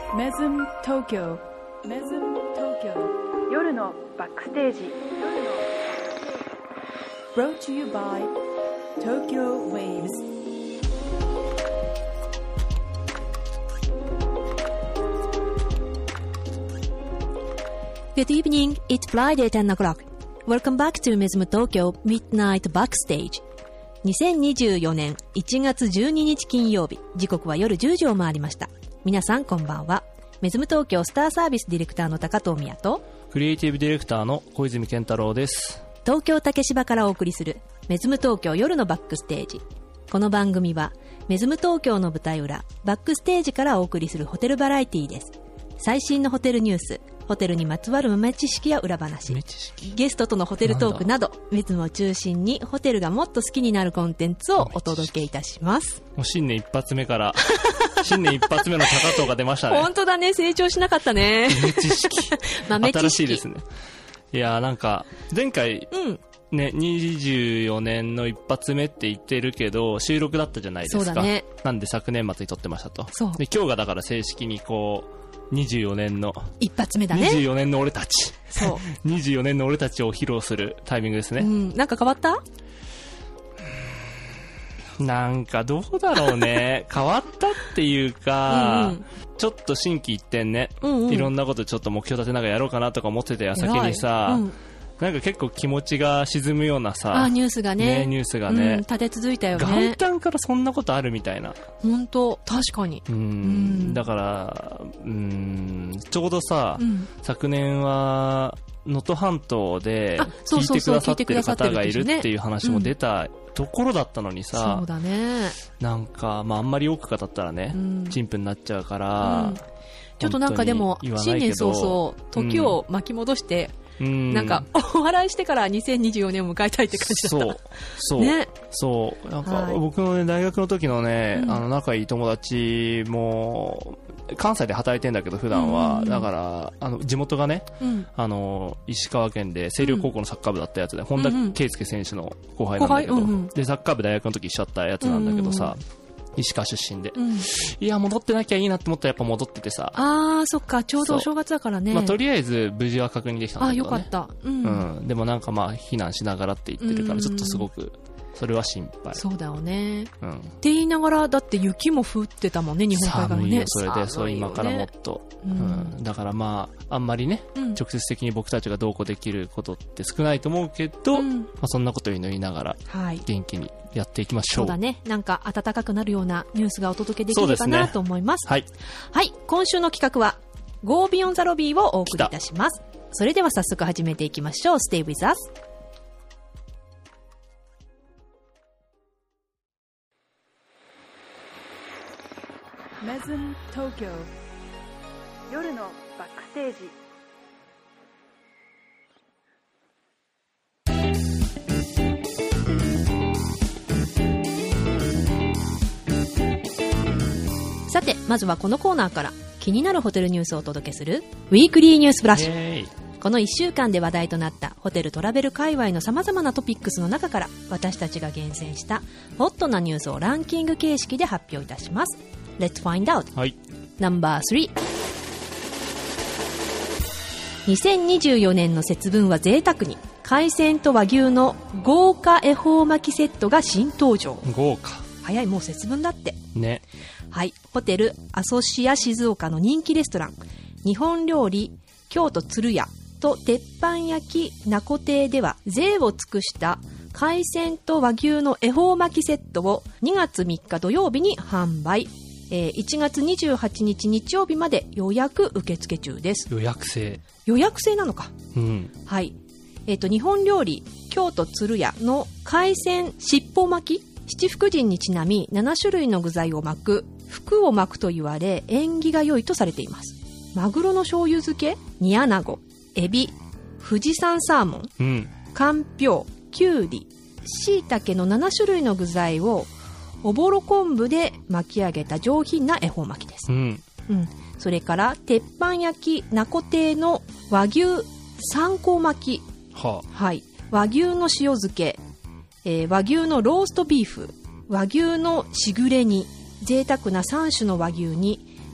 メズム東京夜のバックステージ Brought to you by Tokyo Waves。 Good evening, it's Friday 10 o'clock. Welcome back to Mesm Tokyo Midnight Backstage。 2024年1月12日金曜日、時刻は夜10時を回りました。皆さんこんばんは。メズム東京スターサービスディレクターの高藤宮とクリエイティブディレクターの小泉健太郎です。 東京竹芝からお送りするメズム東京夜のバックステージ。この番組はメズム東京の舞台裏バックステージからお送りするホテルバラエティです。最新のホテルニュース、ホテルにまつわる豆知識や裏話、ゲストとのホテルトークなど、メズムを中心にホテルがもっと好きになるコンテンツをお届けいたします。 もう新年一発目から新年一発目の高藤が出ましたね。 本当だね、成長しなかったね。 豆知識豆知識新しいですね。いやーなんか前回、ね、24年の一発目って言ってるけど収録だったじゃないですか。 そうだね。 なんで昨年末に撮ってましたと。 そうで今日がだから正式にこう24年の一発目だね。 24年の俺たち。 そう。 24年の俺たちを披露するタイミングですね。 なんか変わった？ なんかどうだろうね。変わったっていうか、ちょっと心機一転ね、いろんなことちょっと目標立てながらやろうかなとか思ってた矢先にさ、なんか結構気持ちが沈むようなさ、 ニュースがね、 ニュースがね、 立て続いたよね。 元旦からそんなことあるみたいな。 本当、確かに。 だからちょうどさ、昨年は能登半島で聞いてくださってる方がいるっていう話も出たところだったのにさ、 そうだね。 なんかまああんまり多く語ったらね、陳腐になっちゃうから、 ちょっとなんかでも新年早々時を巻き戻して。なんかお笑いしてから2024年を迎えたいって感じだった。 そうね、そうなんか僕のね大学の時のね、仲いい友達も関西で働いてんだけど普段は、だから地元がね、石川県で星稜高校のサッカー部だったやつで、本田圭佑選手の後輩なんだけど、でサッカー部大学の時一緒だったやつなんだけどさ、石川出身で、いや戻ってなきゃいいなって思ったらやっぱ戻っててさ、 そっか、ちょうどお正月だからね。 まあ、とりあえず無事は確認できたんだけどね。 よかった。 でもなんかまあ避難しながらって言ってるからちょっとすごくそれは心配。 そうだよね。って言いながらだって雪も降ってたもんね、日本海側ね。 寒いよそれで、そう今からもっと、だからまああんまりね、直接的に僕たちがどうこうできることって少ないと思うけど、まあそんなことを祈りながら元気にやっていきましょう。 そうだね。なんか暖かくなるようなニュースがお届けできればなと思います。はい、今週の企画は Go Beyond the Lobby をお送りいたします。それでは早速始めていきましょう。 Stay with us。 メズム東京夜のバックステージ。 さてまずはこのコーナーから気になるホテルニュースをお届けするウィークリーニュースフラッシュ。この1週間で話題となったホテルトラベル界隈の様々なトピックスの中から私たちが厳選したホットなニュースをランキング形式で発表いたします。 Let's find out、No.3。 2024年の節分は贅沢に海鮮と和牛の豪華恵方巻きセットが新登場。 豪華。 早い、もう節分だってね。 はい、ホテルアソシア静岡の人気レストラン日本料理京都鶴屋と鉄板焼きなこ亭では贅を尽くした海鮮と和牛の恵方巻きセットを2月3日土曜日に販売。1月28日日曜日まで予約受付中です。 予約制なのか。はい。日本料理京都鶴屋の海鮮尻尾巻き、七福神にちなみ7種類の具材を巻く福を巻くと言われ縁起が良いとされています。マグロの醤油漬け、煮穴子、エビ、富士山サーモン、かんぴょう、きゅうり、椎茸の7種類の具材をおぼろ昆布で巻き上げた上品な恵方巻きです。それから鉄板焼きなこ亭の和牛三香巻き、和牛の塩漬け、和牛のローストビーフ、和牛のしぐれ煮、贅沢な3種の和牛に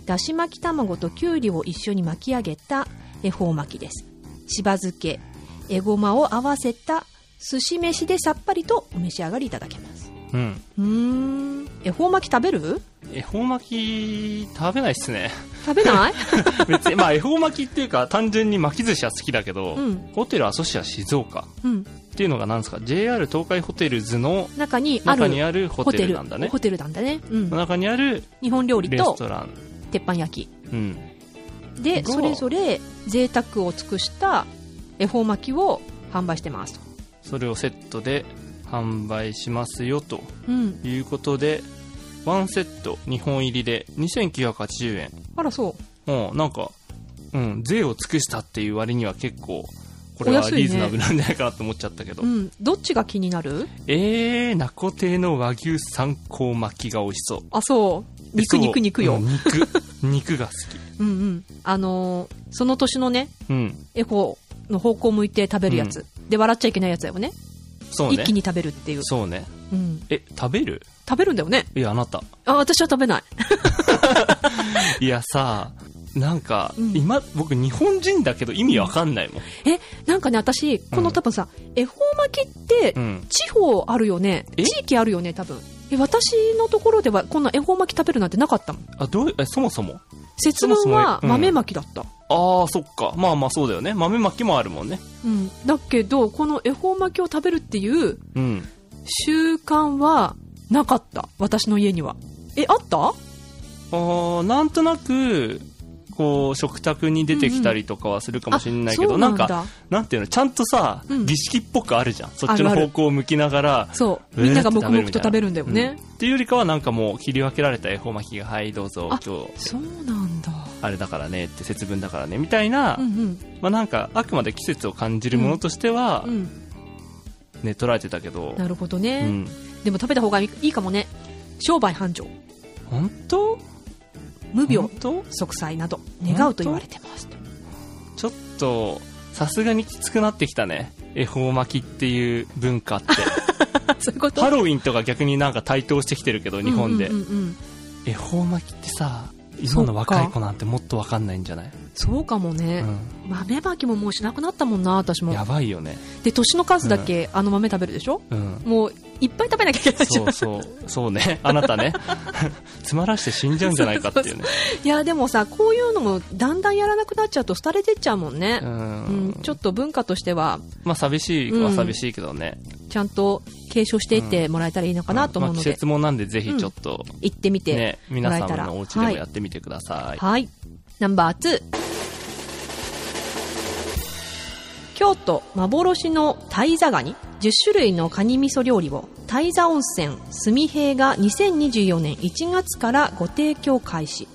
だし巻き卵ときゅうりを一緒に巻き上げた恵方巻きです。しば漬け、えごまを合わせた寿司飯でさっぱりとお召し上がりいただけます。恵方巻き食べる？ 恵方巻き食べないっすね。 食べない？ 別に恵方巻きっていうか単純に巻き寿司は好きだけど、ホテルアソシア静岡っていうのが何ですか、 JR 東海ホテルズの中にあるホテルなんだね。 ホテルなんだね。 中にある日本料理とレストラン、 鉄板焼き、でそれぞれ贅沢を尽くした恵方巻きを販売してますと。 それをセットで販売しますよということで、1セット2本入りで2980円。 あら、そう。 なんか、税を尽くしたっていう割には結構これはリーズナブルなんじゃないかなと思っちゃったけど、 どっちが気になる？ ナコ亭の和牛三香巻きが美味しそう。 あ、そう。肉よ。 肉が好き。 その年のね、エコの方向を向いて食べるやつ、で笑っちゃいけないやつだよね。そうね。一気に食べるっていう。 そうね。食べるんだよね。 いや、あなた。 私は食べない。 いやさ、なんか、僕日本人だけど意味わかんないもん。 なんかね、私、この多分さ、恵方巻きって、地方あるよね。地域あるよね、多分。私のところでは、こんな恵方巻き食べるなんてなかったもん。 そもそも節分は豆巻きだった。 そっか。まあまあそうだよね。豆巻きもあるもんね。 だけど、この恵方巻きを食べるっていう、習慣はなかった。私の家には。あった？ なんとなく、こう食卓に出てきたりとかはするかもしれないけど、なんかなんていうの、ちゃんとさ、儀式っぽくあるじゃん。そっちの方向を向きながら、 そうみんなが黙々と食べるんだよね。 っていうよりかはなんかもう切り分けられた恵方巻きが、はいどうぞ今日そうなんだ、 あれだからねって節分だからねみたいな、なんかあくまで季節を感じるものとしては、ね、捉えてたけど。 なるほどね、でも食べた方がいいかもね。商売繁盛。 本当？ 無病息災など願うと言われてます。 ちょっとさすがにきつくなってきたね、恵方巻きっていう文化ってそういうこと？ ハロウィンとか逆になんか台頭してきてるけど日本で、恵方巻きってさ、今の若い子なんてもっと分かんないんじゃない？ そうかもね、豆巻きももうしなくなったもんな。私もやばいよね。 で年の数だけあの豆食べるでしょ、もういっぱい食べなきゃいけないじゃん。 そうね、あなたね詰まらして死んじゃうんじゃないかっていうね。 いやでもさ、こういうのもだんだんやらなくなっちゃうと廃れてっちゃうもんね。ちょっと文化としては寂しいは寂しいけどね、 ちゃんと継承していってもらえたらいいのかなと思うので、 季節もなんでぜひちょっと、 行ってみてもらえたら、 皆さんのお家でもやってみてください。 はい、ナンバー2、京都幻のタ座ガニ10種類のカニ味噌料理をタ座温泉すみへいが2024年1月からご提供開始。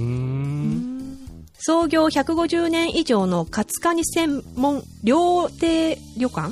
創業150年以上のカツカニ専門料亭旅館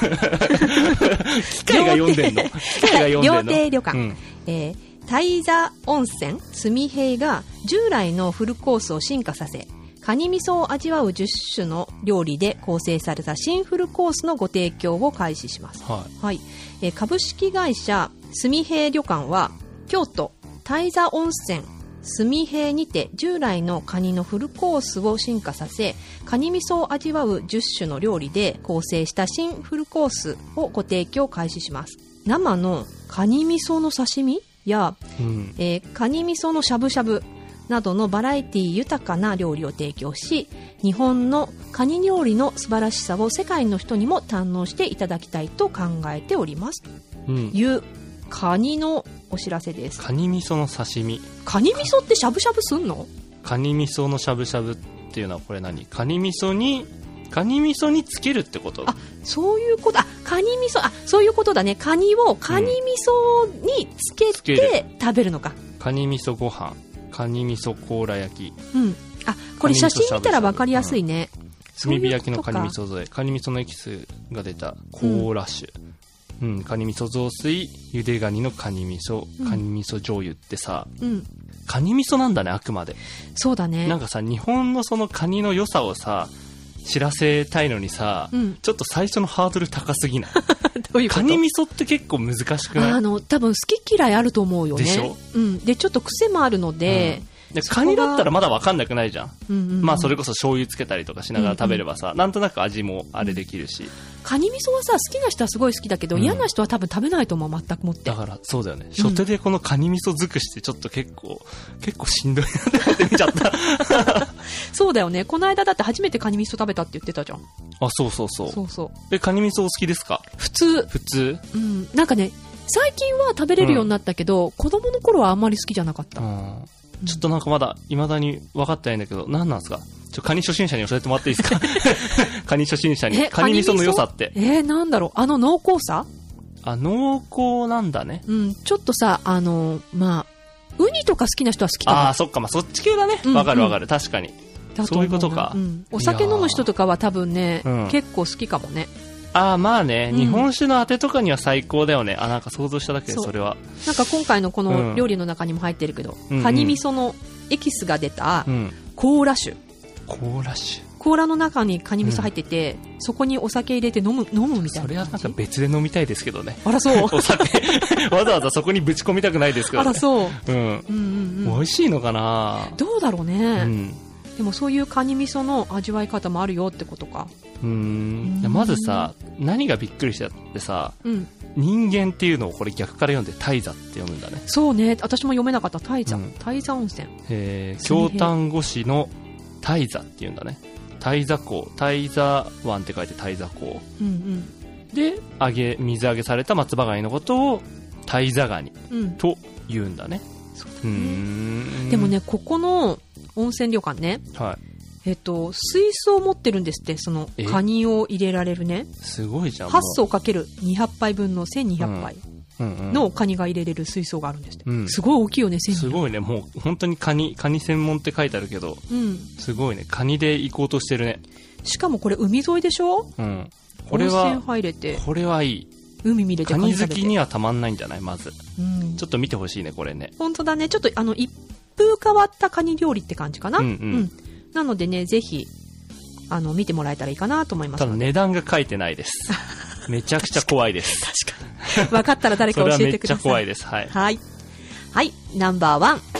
機械が読んでんの料亭旅館、タ座温泉すみへいが従来のフルコースを進化させ、カニ味噌を味わう10種の料理で構成された新フルコースのご提供を開始します。株式会社すみへい旅館は京都タ座温泉すみへいにて従来のカニのフルコースを進化させ、カニ味噌を味わう10種の料理で構成した新フルコースをご提供開始します。生のカニ味噌の刺身や、カニ味噌のしゃぶしゃぶなどのバラエティ豊かな料理を提供し、日本のカニ料理の素晴らしさを世界の人にも堪能していただきたいと考えております、いうカニのお知らせです。 カニ味噌の刺身。 カニ味噌ってしゃぶしゃぶすんの？ カニ味噌のしゃぶしゃぶっていうのはこれ何？カニ味噌につけるってこと？ そういうこと。カニ味噌、そういうことだね。カニをカニ味噌につけて食べるのか。 カニ味噌ご飯、カニ味噌甲羅焼き。 これ写真見たら分かりやすいね。 炭火焼きのカニ味噌添え、カニ味噌のエキスが出た甲羅酒、カニ味噌雑炊、ゆでガニのカニ味噌、カニ味噌醤油ってさ、カニ味噌なんだね、あくまで。 そうだね。 なんかさ、日本のそのカニの良さをさ知らせたいのにさ、ちょっと最初のハードル高すぎない？ どういうこと？ カニ味噌って結構難しくない？ 多分好き嫌いあると思うよね。 でしょ？ でちょっと癖もあるので、 でカニだったらまだ分かんなくないじゃん、まあそれこそ醤油つけたりとかしながら食べればさ、なんとなく味もあれできるし、 カニ味噌はさ好きな人はすごい好きだけど、嫌な人は多分食べないと思う、全くもって。 だからそうだよね、初手でこのカニ味噌尽くしてちょっと結構しんどいなって思って見ちゃったそうだよね、この間だって初めてカニ味噌食べたって言ってたじゃん。 そうカニ味噌お好きですか？ 普通、なんかね最近は食べれるようになったけど、子供の頃はあんまり好きじゃなかった。 ちょっとなんかまだ未だに分かってないんだけど、何なんですか？カニ初心者に教えてもらっていいですか？カニ初心者にカニ味噌の良さって。 なんだろう、濃厚さ？ 濃厚なんだね。 ちょっとさ、まあウニとか好きな人は好きかな。 そっか、まあそっち系だね。わかるわかる、確かに。そういうことか。 お酒飲む人とかは多分ね、結構好きかもね。 まあね、日本酒のあてとかには最高だよね。なんか想像しただけでそれは。 なんか今回のこの料理の中にも入ってるけど、カニ味噌のエキスが出たコーラ酒。コーラの中にカニ味噌入ってて、そこにお酒入れて飲むみたいな感じ。 それはなんか別で飲みたいですけどね。 あらそう。 お酒わざわざそこにぶち込みたくないですけど、ね。 あらそう。 美味しいのかな。 どうだろうね。でもそういうカニ味噌の味わい方もあるよってことか。 まずさ、何がびっくりしたってさ、人間っていうのをこれ逆から読んで大座って読むんだね。 そうね、私も読めなかった。大座温泉。 京丹後市の大座っていうんだね。大座港、大座湾って書いて大座港、で水揚げされた松葉ガニのことを大座ガニと言うんだね。 でもね、ここの温泉旅館ね、水槽を持ってるんですって。そのカニを入れられるね、 すごいじゃん。 8層かける200杯分の1200杯のカニが入れれる水槽があるんですって。すごい大きいよね、1200。 すごいね、もう本当にカニ専門って書いてあるけど、すごいね、カニで行こうとしてるね。 しかもこれ海沿いでしょ。これは温泉入れて、 これはいい。 海見れてカニ好きにはたまんないんじゃない？まず、ちょっと見てほしいね、これね。 本当だね、ちょっと一風変わったカニ料理って感じかな。なのでね、ぜひ見てもらえたらいいかなと思います。 ただ値段が書いてないです。めちゃくちゃ怖いです。 確かに。分かったら誰か教えてください。 それはめっちゃ怖いです。はい。 はい、ナンバー1。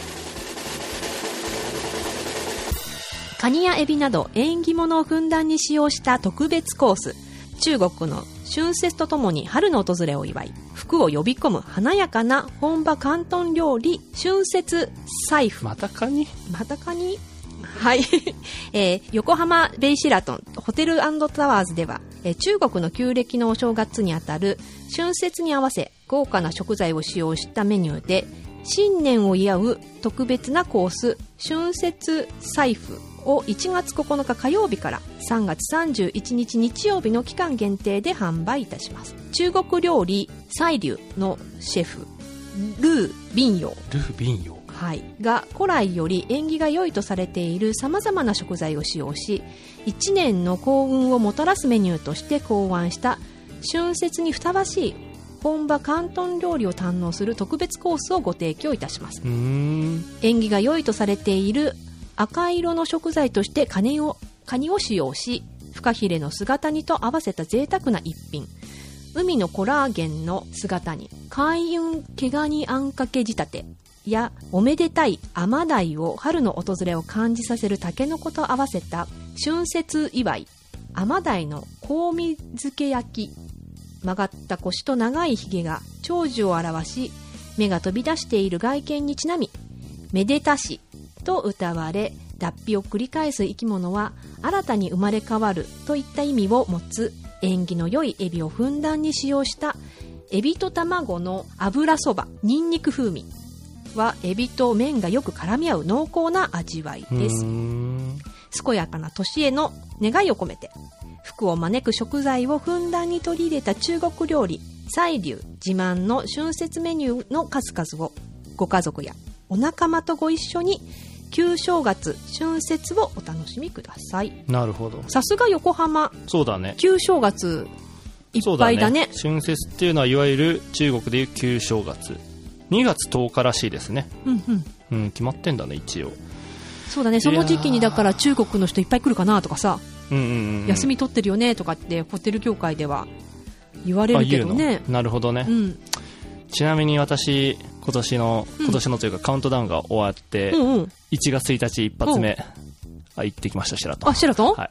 カニやエビなど縁起物をふんだんに使用した特別コース。中国の春節とともに春の訪れを祝い、福を呼び込む華やかな本場広東料理、春節財布。 またカニはい、横浜ベイシェラトンホテル&タワーズでは、中国の旧暦のお正月にあたる春節に合わせ豪華な食材を使用したメニューで、新年を祝う特別なコース春節財布を1月9日火曜日から3月31日日曜日の期間限定で販売いたします。中国料理彩龍のシェフルー・ビンヨウが古来より縁起が良いとされている様々な食材を使用し、1年の幸運をもたらすメニューとして考案した春節にふさわしい本場広東料理を堪能する特別コースをご提供いたします。縁起が良いとされている赤色の食材としてカニを使用し、フカヒレの姿煮と合わせた贅沢な一品、海のコラーゲンの姿煮、海運毛ガニあんかけ仕立てやおめでたい甘鯛を春の訪れを感じさせるタケノコと合わせた春節祝い、甘鯛の香味漬け焼き、曲がった腰と長いひげが長寿を表し、目が飛び出している外見にちなみ、めでたしと歌われ、脱皮を繰り返す生き物は新たに生まれ変わるといった意味を持つ縁起の良いエビをふんだんに使用したエビと卵の油そば、ニンニク風味はエビと麺がよく絡み合う濃厚な味わいです。健やかな年への願いを込めて、福を招く食材をふんだんに取り入れた中国料理彩龍自慢の春節メニューの数々をご家族やお仲間とご一緒に旧正月春節をお楽しみください。 なるほど。 さすが横浜。 そうだね。 旧正月いっぱいだね。 春節っていうのはいわゆる中国でいう旧正月。2月10日らしいですね。決まってんだね、一応。 そうだね、その時期にだから中国の人いっぱい来るかなとかさ、休み取ってるよねとかってホテル業界では言われるけどね。 なるほどね。ちなみに私今年のというかカウントダウンが終わって、1月1日一発目、行ってきました、シェラトン。 シェラトン？はい。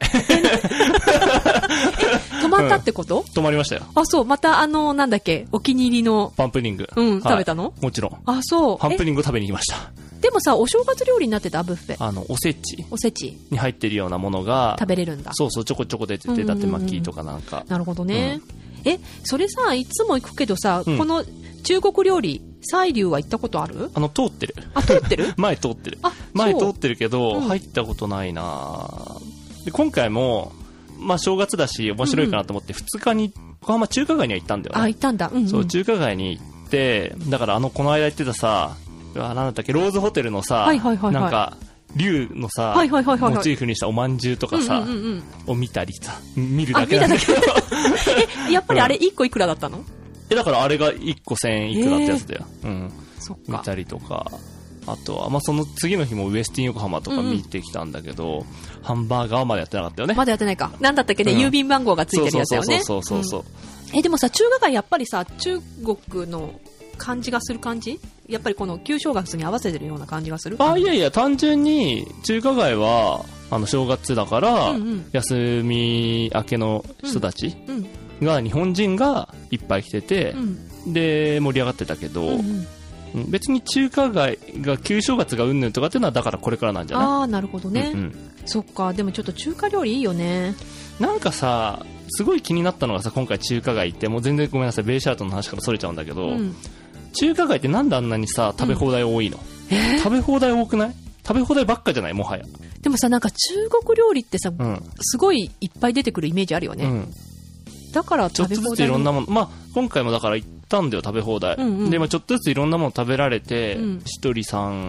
泊まったってこと？ 泊まりましたよ。 そう、またなんだっけ、お気に入りの。 パンプリング。 食べたの？ もちろん。 そう。 パンプリングを食べに行きました。 でもさ、お正月料理になってた、ブッフェ。 おせち。 おせち。 に入ってるようなものが。 食べれるんだ。 そうそう、ちょこちょこ出てて、伊達巻きとかなんか。 なるほどね。それさ、いつも行くけどさ、この中国料理、彩龍は行ったことある？ 通ってる。 通ってる？ 前通ってる。前通ってるけど、入ったことないなで、今回も、正月だし、面白いかなと思って、2日に、横浜中華街には行ったんだよね。 行ったんだ。 そう、中華街に行って、だからこの間言ってたさ、なんだったっけ、ローズホテルのさ、なんか、竜のさ、モチーフにしたおまんじゅうとかさ、を見たりさ、見るだけなんだけど。 やっぱりあれ1個いくらだったの？ だからあれが1個1000円いくらってやつだよ。 そっか。 見たりとか。あとは、その次の日もウエスティン横浜とか見てきたんだけど、ハンバーガーはまだやってなかったよね。 まだやってないか。なんだったっけね、郵便番号がついてるやつだよね。 そう。 でもさ、中華街やっぱりさ、中国の感じがする感じ？やっぱりこの旧正月に合わせてるような感じがする？ いや、単純に中華街は、正月だから、休み明けの人たちが、日本人がいっぱい来てて、で、盛り上がってたけど、別に中華街が旧正月がうんぬんとかっていうのはだからこれからなんじゃない？なるほどね。そっか。でもちょっと中華料理いいよね。 なんかさ、すごい気になったのがさ、今回中華街行って、もう全然ごめんなさい、ベイシャートンの話からそれちゃうんだけど、中華街ってなんであんなにさ、食べ放題多いの？食べ放題多くない？食べ放題ばっかじゃない？もはや。 でもさ、なんか中国料理ってさ、すごいいっぱい出てくるイメージあるよね。だから食べ放題。ちょっとずついろんなもの、今回もだから行ったんだよ、食べ放題。で、ちょっとずついろんなもの食べられて、一人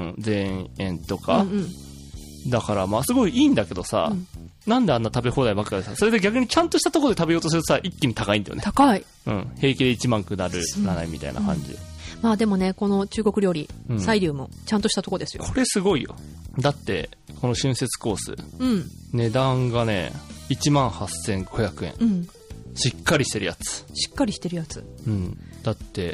3000円とか。だからすごいいいんだけどさ、なんであんな食べ放題ばっかりでさ、それで逆にちゃんとしたところで食べようとするとさ、一気に高いんだよね。 高い。 平気で1万くなる、ならないみたいな感じ。 でもね、この中国料理、彩龍もちゃんとしたとこですよ。 これすごいよ。だって、この春節コース、値段がね、18,500円。しっかりしてるやつ。 しっかりしてるやつ。 だって、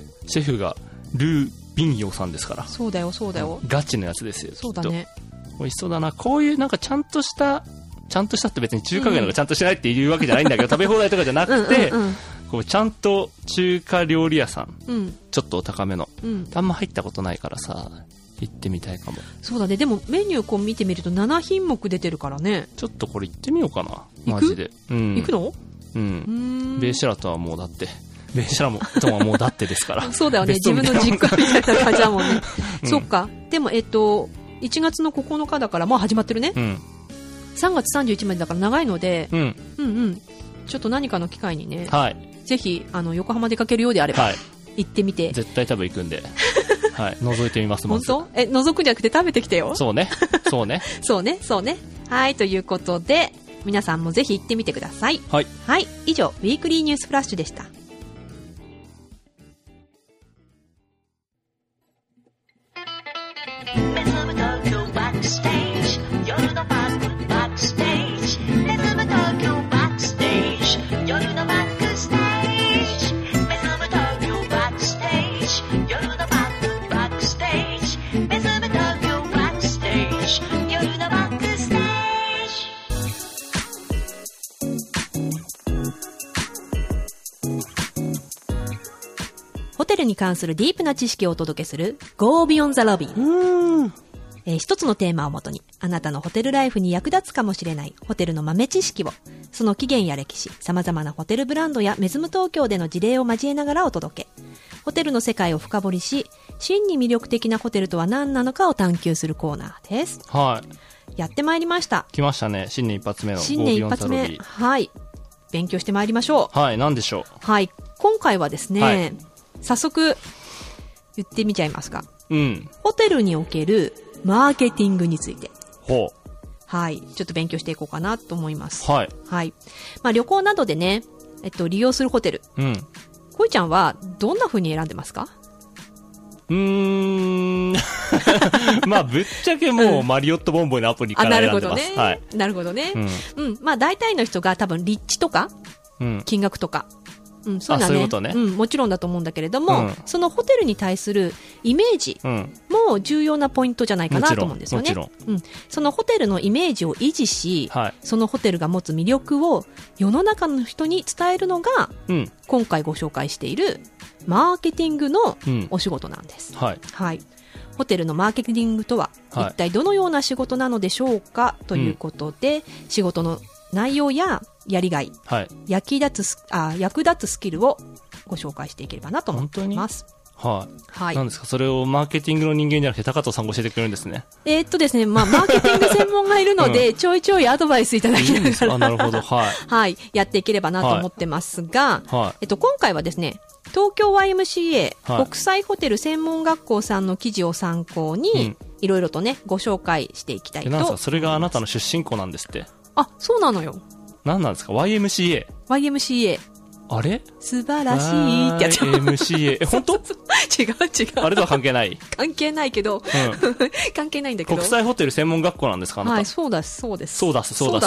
シェフがルー・ビンヨーさんですから。 そうだよ。 ガチのやつですよ。 そうだね。 美味しそうだな。こういうなんかちゃんとしたって別に中華街のがちゃんとしてないっていうわけじゃないんだけど、食べ放題とかじゃなくて、こうちゃんと中華料理屋さん、ちょっとお高めの、あんま入ったことないからさ、行ってみたいかも。 そうだね。でもメニューこう見てみると7品目出てるからね。 ちょっとこれ行ってみようかな。マジで。 行くの？ ベイシェラトンはもうだって、ベイシェラトンはもうだってですから。 そうだよね。自分の実家みたいな感じだもんね。そっか。でも1月の9日だからもう始まってるね。3月31日までだから長いので、ちょっと何かの機会にね、ぜひ横浜出かけるようであれば、行ってみて。 絶対多分行くんで、覗いてみます。 本当？覗くんじゃなくて食べてきてよ。 そうね。 はい、ということで皆さんもぜひ行ってみてください。はい、以上ウィークリーニュースフラッシュでした。ホテルに関するディープな知識をお届けする Go Beyond the Lobby。一つのテーマをもとにあなたのホテルライフに役立つかもしれないホテルの豆知識を、その起源や歴史、様々なホテルブランドやメズム東京での事例を交えながらお届け。ホテルの世界を深掘りし、真に魅力的なホテルとは何なのかを探求するコーナーです。やってまいりました。 来ましたね。新年一発目の Go Beyond the Lobby。新年一発目。勉強してまいりましょう。 何でしょう。 今回はですね、早速言ってみちゃいますか。ホテルにおけるマーケティングについて。ちょっと勉強していこうかなと思います。旅行などでね、利用するホテル。こいちゃんはどんな風に選んでますか？ ぶっちゃけもうマリオットボンボイのアプリから選んでます。 なるほどね。大体の人が多分立地とか、金額とかそういうのはね、 そういうことね、 もちろんだと思うんだけれども、そのホテルに対するイメージも重要なポイントじゃないかなと思うんですよね。そのホテルのイメージを維持し、そのホテルが持つ魅力を世の中の人に伝えるのが、今回ご紹介しているマーケティングのお仕事なんです。ホテルのマーケティングとは一体どのような仕事なのでしょうかということで、仕事の内容ややりがい、役立つスキルをご紹介していければなと思っています。 何ですか、それをマーケティングの人間じゃなくて高藤さんが教えてくれるんですね。 ですね、マーケティング専門がいるので、ちょいちょいアドバイスいただきながらなるほど、 やっていければなと思ってますが、今回はですね、東京 YMCA、国際ホテル専門学校さんの記事を参考に、いろいろとね、ご紹介していきたいと。 なんですか、それがあなたの出身校なんですって。 そうなのよ。 何なんですか、 YMCA。 あれ素晴らしいってやつ。 YMCA。本当？ 違う。 あれとは関係ない。 関係ないけど、関係ないんだけど。 国際ホテル専門学校なんですか、あなた。 そうです。 じゃあ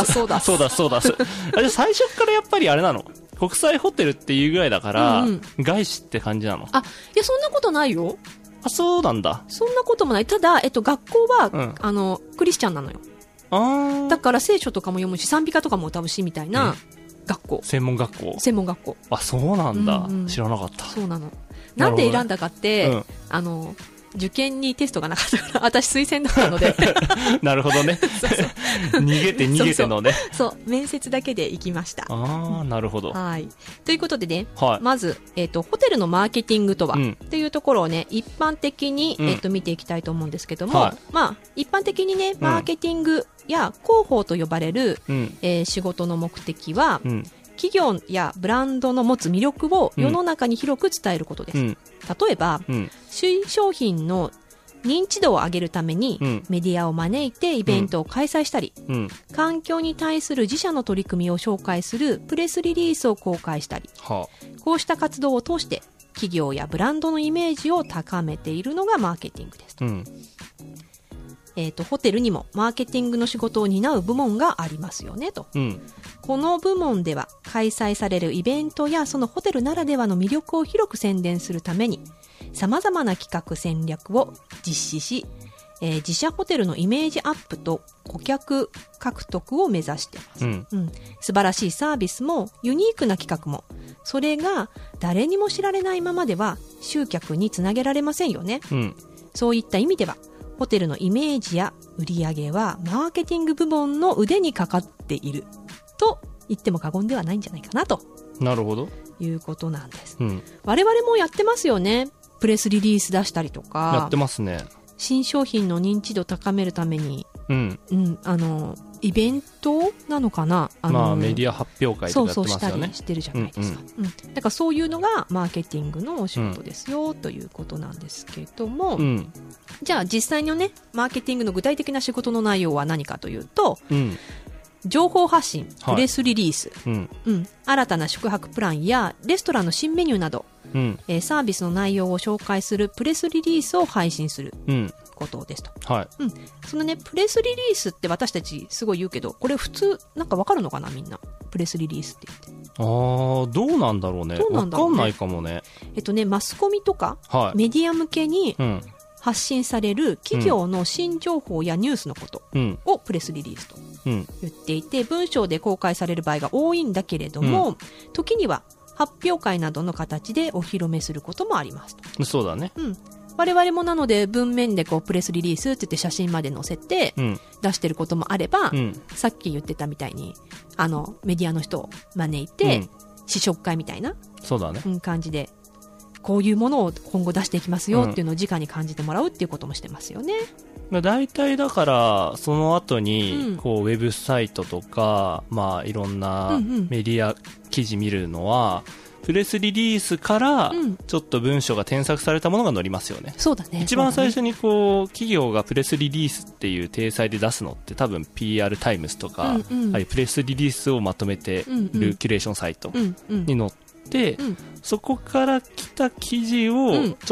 最初からやっぱりあれなの？国際ホテルっていうぐらいだから、外資って感じなの？ いや、そんなことないよ。 そうなんだ。 そんなこともない。ただ、学校は、クリスチャンなのよ。だから聖書とかも読むし、賛美歌とかも歌うし、みたいな学校。専門学校。 そうなんだ。知らなかった。 そうなの。なんで選んだかって、受験にテストがなかったから、私推薦だったので。 なるほどね。逃げてのね。 面接だけで行きました。 なるほど。 ということでね、まず、ホテルのマーケティングとは、っていうところをね、一般的に、見ていきたいと思うんですけども、一般的にね、マーケティングや広報と呼ばれる、仕事の目的は、企業やブランドの持つ魅力を世の中に広く伝えることです。例えば、新商品の認知度を上げるために、メディアを招いてイベントを開催したり、環境に対する自社の取り組みを紹介するプレスリリースを公開したり、こうした活動を通して企業やブランドのイメージを高めているのがマーケティングですと。ホテルにもマーケティングの仕事を担う部門がありますよねと、この部門では開催されるイベントやそのホテルならではの魅力を広く宣伝するために様々な企画戦略を実施し、自社ホテルのイメージアップと顧客獲得を目指しています、素晴らしいサービスもユニークな企画もそれが誰にも知られないままでは集客につなげられませんよね、そういった意味ではホテルのイメージや売り上げはマーケティング部門の腕にかかっていると言っても過言ではないんじゃないかなと。 なるほど。 いうことなんです、我々もやってますよね。プレスリリース出したりとか。 やってますね。 新商品の認知度高めるために、イベントなのかな、 メディア発表会とかやってますよね。 したりしてるじゃないですか、だからそういうのがマーケティングのお仕事ですよ、ということなんですけども、じゃあ実際のねマーケティングの具体的な仕事の内容は何かというと、情報発信、プレスリリース、新たな宿泊プランやレストランの新メニューなど、サービスの内容を紹介するプレスリリースを配信することですと、そのねプレスリリースって私たちすごい言うけど、これ普通なんかわかるのかな、みんなプレスリリースって言って。 どうなんだろうね。わかんないかもね。 マスコミとか、メディア向けに発信される企業の新情報やニュースのことをプレスリリースと言っていて、文章で公開される場合が多いんだけれども、時には発表会などの形でお披露目することもありますと。 そうだね、 我々もなので文面でこうプレスリリースって言って写真まで載せて出してることもあれば、さっき言ってたみたいにメディアの人を招いて、試食会みたいなそうだね、 感じでこういうものを今後出していきますよっていうのを直に感じてもらうっていうこともしてますよね。 大体だからその後にこうウェブサイトとか、いろんなメディア記事見るのは、プレスリリースからちょっと文章が添削されたものが載りますよね。 そうだね。 一番最初にこう企業がプレスリリースっていう体裁で出すのって多分 PR タイムズとか、プレスリリースをまとめてるキュレーションサイトに載って、そこから来た記事をちょっ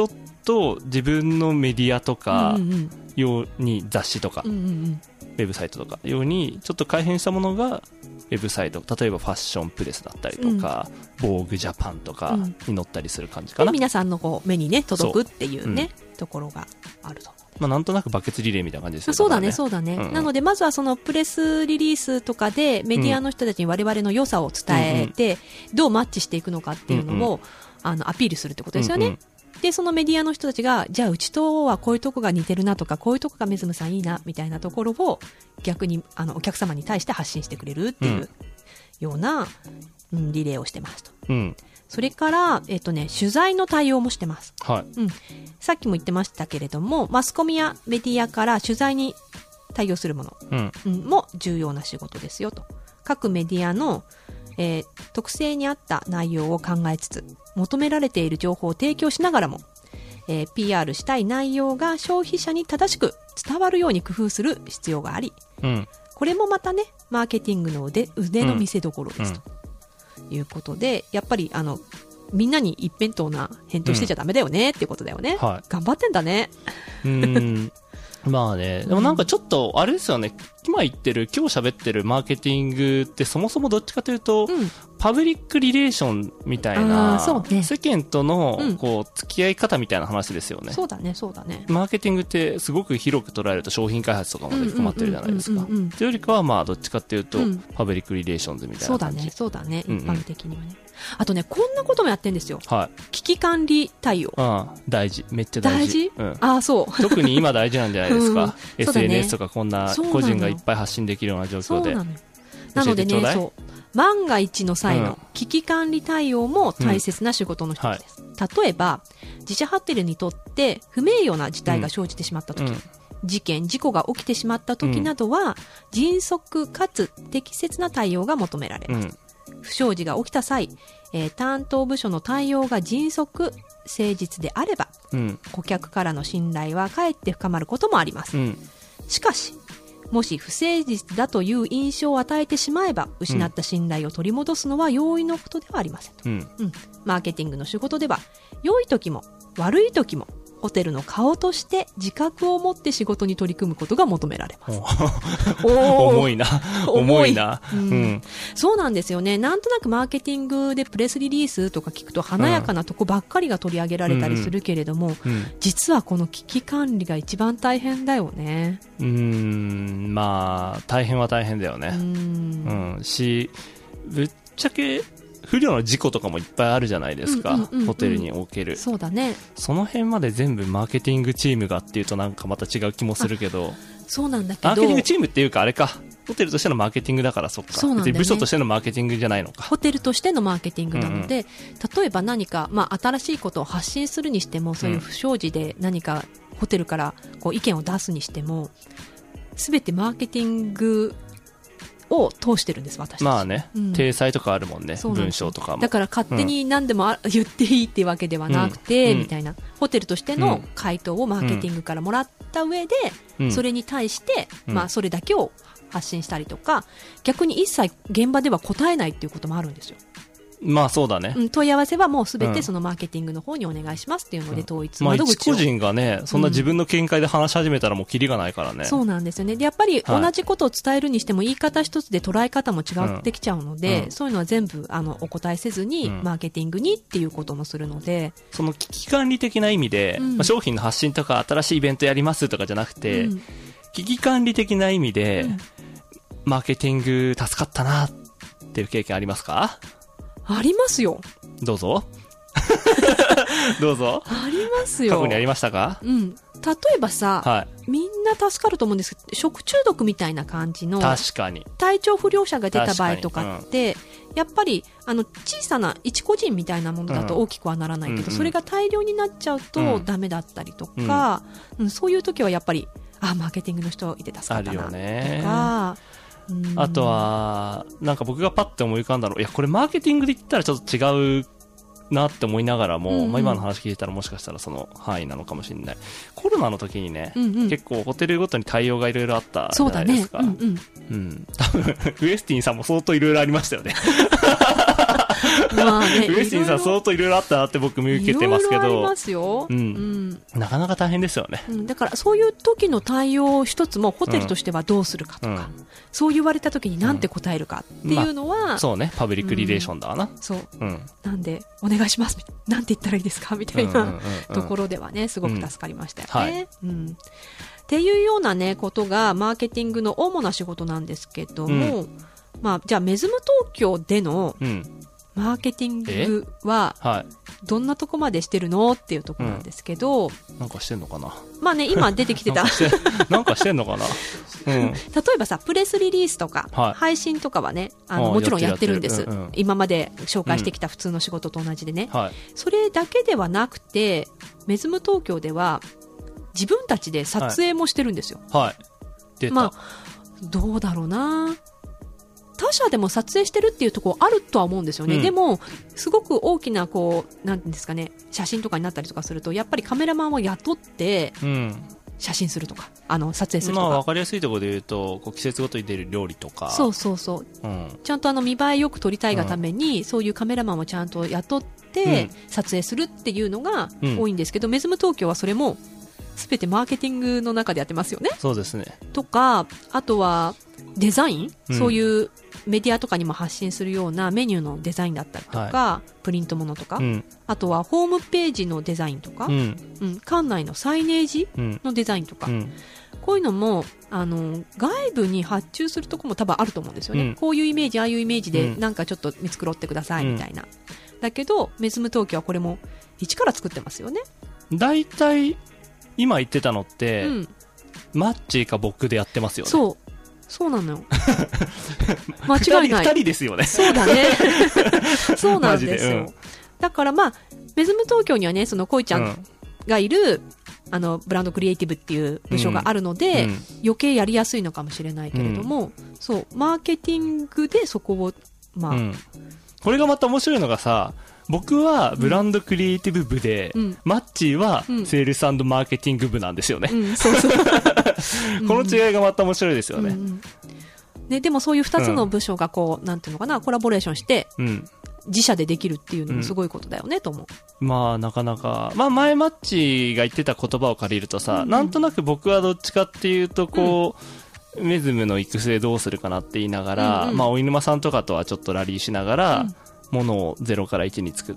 と自分のメディアとか用に雑誌とか、ウェブサイトとか用にちょっと改変したものがウェブサイト、例えばファッションプレスだったりとか、ボーグジャパンとかに載ったりする感じかな。 で皆さんのこう目にね届くっていうね、ところがあると。 なんとなくバケツリレーみたいな感じですよね。 そうだね、そうだね。なのでまずはそのプレスリリースとかでメディアの人たちに我々の良さを伝えて、どうマッチしていくのかっていうのをアピールするってことですよね。でそのメディアの人たちがじゃあうちとはこういうとこが似てるなとか、こういうとこがメズムさんいいなみたいなところを逆にお客様に対して発信してくれるっていうような、リレーをしてますと。それから、取材の対応もしてます。 はい。 さっきも言ってましたけれども、マスコミやメディアから取材に対応するもの、も重要な仕事ですよと。各メディアの、特性に合った内容を考えつつ、求められている情報を提供しながらも、PR したい内容が消費者に正しく伝わるように工夫する必要があり、これもまたね、マーケティングの腕の見せ所ですと。いうことで、やっぱりみんなに一辺倒な返答してちゃダメだよねっていうことだよね。頑張ってんだね。 まあね、でもなんかちょっとあれですよね、今喋ってるマーケティングってそもそもどっちかというと、パブリックリレーションみたいな、世間とのこう付き合い方みたいな話ですよね。 そうだね、そうだね。 マーケティングってすごく広く捉えると商品開発とかまで含まってるじゃないですか。というよりかはまあどっちかっていうと、パブリックリレーションズみたいな感じ。 そうだね、一般的にはね。あとね、こんなこともやってんですよ。危機管理対応。 大事。めっちゃ大事。 そう。 特に今大事なんじゃないですか。SNS とかこんな個人がいっぱい発信できるような状況で。 なのでね、万が一の際の危機管理対応も大切な仕事の一つです。例えば、自社ホテルにとって不名誉な事態が生じてしまったとき、事故が起きてしまったときなどは、迅速かつ適切な対応が求められます。不祥事が起きた際、担当部署の対応が迅速、誠実であれば、顧客からの信頼はかえって深まることもあります。しかし、もし不誠実だという印象を与えてしまえば、失った信頼を取り戻すのは容易なことではありませんと。マーケティングの仕事では、良い時も悪い時も、ホテルの顔として自覚を持って仕事に取り組むことが求められます。 重いな。重いな。 そうなんですよね。なんとなくマーケティングでプレスリリースとか聞くと華やかなとこばっかりが取り上げられたりするけれども、実はこの危機管理が一番大変だよね。 まあ、大変は大変だよね。ぶっちゃけ、不慮の事故とかもいっぱいあるじゃないですか、ホテルにおける。 そうだね。 その辺まで全部マーケティングチームがっていうとなんかまた違う気もするけど。 そうなんだけど。 マーケティングチームっていうかあれか。ホテルとしてのマーケティングだからそっか。そうなんだよね。部署としてのマーケティングじゃないのか。 ホテルとしてのマーケティングなので、例えば何か、新しいことを発信するにしても、そういう不祥事で何かホテルからこう意見を出すにしても、すべてマーケティングを通してるんです、私たち。 まあね、体裁とかあるもんね、文章とかも。 だから勝手に何でも言っていいっていうわけではなくて、みたいな、ホテルとしての回答をマーケティングからもらった上で、それに対して、それだけを発信したりとか、逆に一切現場では答えないっていうこともあるんですよ。 まあそうだね。 問い合わせはもうすべてそのマーケティングの方にお願いしますっていうので統一窓口を。 一個人がね、そんな自分の見解で話し始めたらもうキリがないからね。 そうなんですよね。で、やっぱり同じことを伝えるにしても言い方一つで捉え方も違ってきちゃうので、そういうのは全部お答えせずに、マーケティングにっていうこともするので。 その危機管理的な意味で、商品の発信とか新しいイベントやりますとかじゃなくて、危機管理的な意味で、マーケティング助かったなっていう経験ありますか？ ありますよ。 どうぞ。どうぞ。 ありますよ。 過去にありましたか？ 例えばさ、みんな助かると思うんですけど、食中毒みたいな感じの、 確かに。 体調不良者が出た場合とかって、やっぱり、小さな一個人みたいなものだと大きくはならないけど、それが大量になっちゃうとダメだったりとか、そういう時はやっぱり、マーケティングの人いて助かったなとか、 あとは、なんか僕がパッて思い浮かんだの、いや、これマーケティングで言ったらちょっと違うなって思いながらも、今の話聞いたらもしかしたらその範囲なのかもしれない。コロナの時にね、結構ホテルごとに対応がいろいろあったじゃないですか。多分、ウエスティンさんも相当いろいろありましたよね。 まあね、 ウエスティンさん相当いろいろあったなって僕見受けてますけど。 いろいろありますよ。 うん。なかなか大変ですよね。 だからそういう時の対応一つもホテルとしてはどうするかとか、そう言われた時に何て答えるかっていうのは、 そうね、パブリックリレーションだわな。 そう。なんで、お願いします。なんて言ったらいいですかみたいなところではね、すごく助かりましたよね。っていうようなね、ことがマーケティングの主な仕事なんですけども、まあ、じゃあメズム東京でのマーケティングはどんなとこまでしてるのっていうところなんですけど、 なんかしてんのかな。 まあね、今出てきてたなんかしてんのかな。 例えばさ、プレスリリースとか、配信とかはね、もちろんやってるんです。今まで紹介してきた普通の仕事と同じでね。それだけではなくて、メズム東京では自分たちで撮影もしてるんですよ。 出た。 まあ、どうだろうな。他社でも撮影してるっていうところあるとは思うんですよね。でも、すごく大きな、こう、なんていうんですかね、写真とかになったりとかすると、やっぱりカメラマンを雇って、写真するとか、撮影するとか。 まあ、わかりやすいところで言うと、こう季節ごとに出る料理とか。 そう。ちゃんと見栄えよく撮りたいがために、そういうカメラマンをちゃんと雇って、撮影するっていうのが多いんですけど、メズム東京はそれも、すべてマーケティングの中でやってますよね。 そうですね。 とか、あとはデザイン、そういうメディアとかにも発信するようなメニューのデザインだったりとか、プリントものとか、あとはホームページのデザインとか、館内のサイネージのデザインとか、こういうのも外部に発注するところも多分あると思うんですよね。こういうイメージ、ああいうイメージでなんかちょっと見繕ってくださいみたいな。だけどメズム東京はこれも一から作ってますよね。 だいたい今言ってたのって、マッチーか僕でやってますよね。 そうなのよ。間違いない。 2人ですよね。 そうだね。そうなんですよ。だからまあ、メズム東京にはね、その恋ちゃんがいる、ブランドクリエイティブっていう部署があるので、余計やりやすいのかもしれないけれども、そう、マーケティングでそこを、まあ。 これがまた面白いのがさ、僕はブランドクリエイティブ部で、マッチーはセールス&マーケティング部なんですよね。この違いがまた面白いですよね。 でもそういう2つの部署がこう、なんていうのかな、コラボレーションして、自社でできるっていうのもすごいことだよね、と思う。 まあなかなか、まあ前マッチーが言ってた言葉を借りるとさ、なんとなく僕はどっちかっていうとこう、メズムの育成どうするかなって言いながら、まあお犬間さんとかとはちょっとラリーしながら、ものを0から1に作って、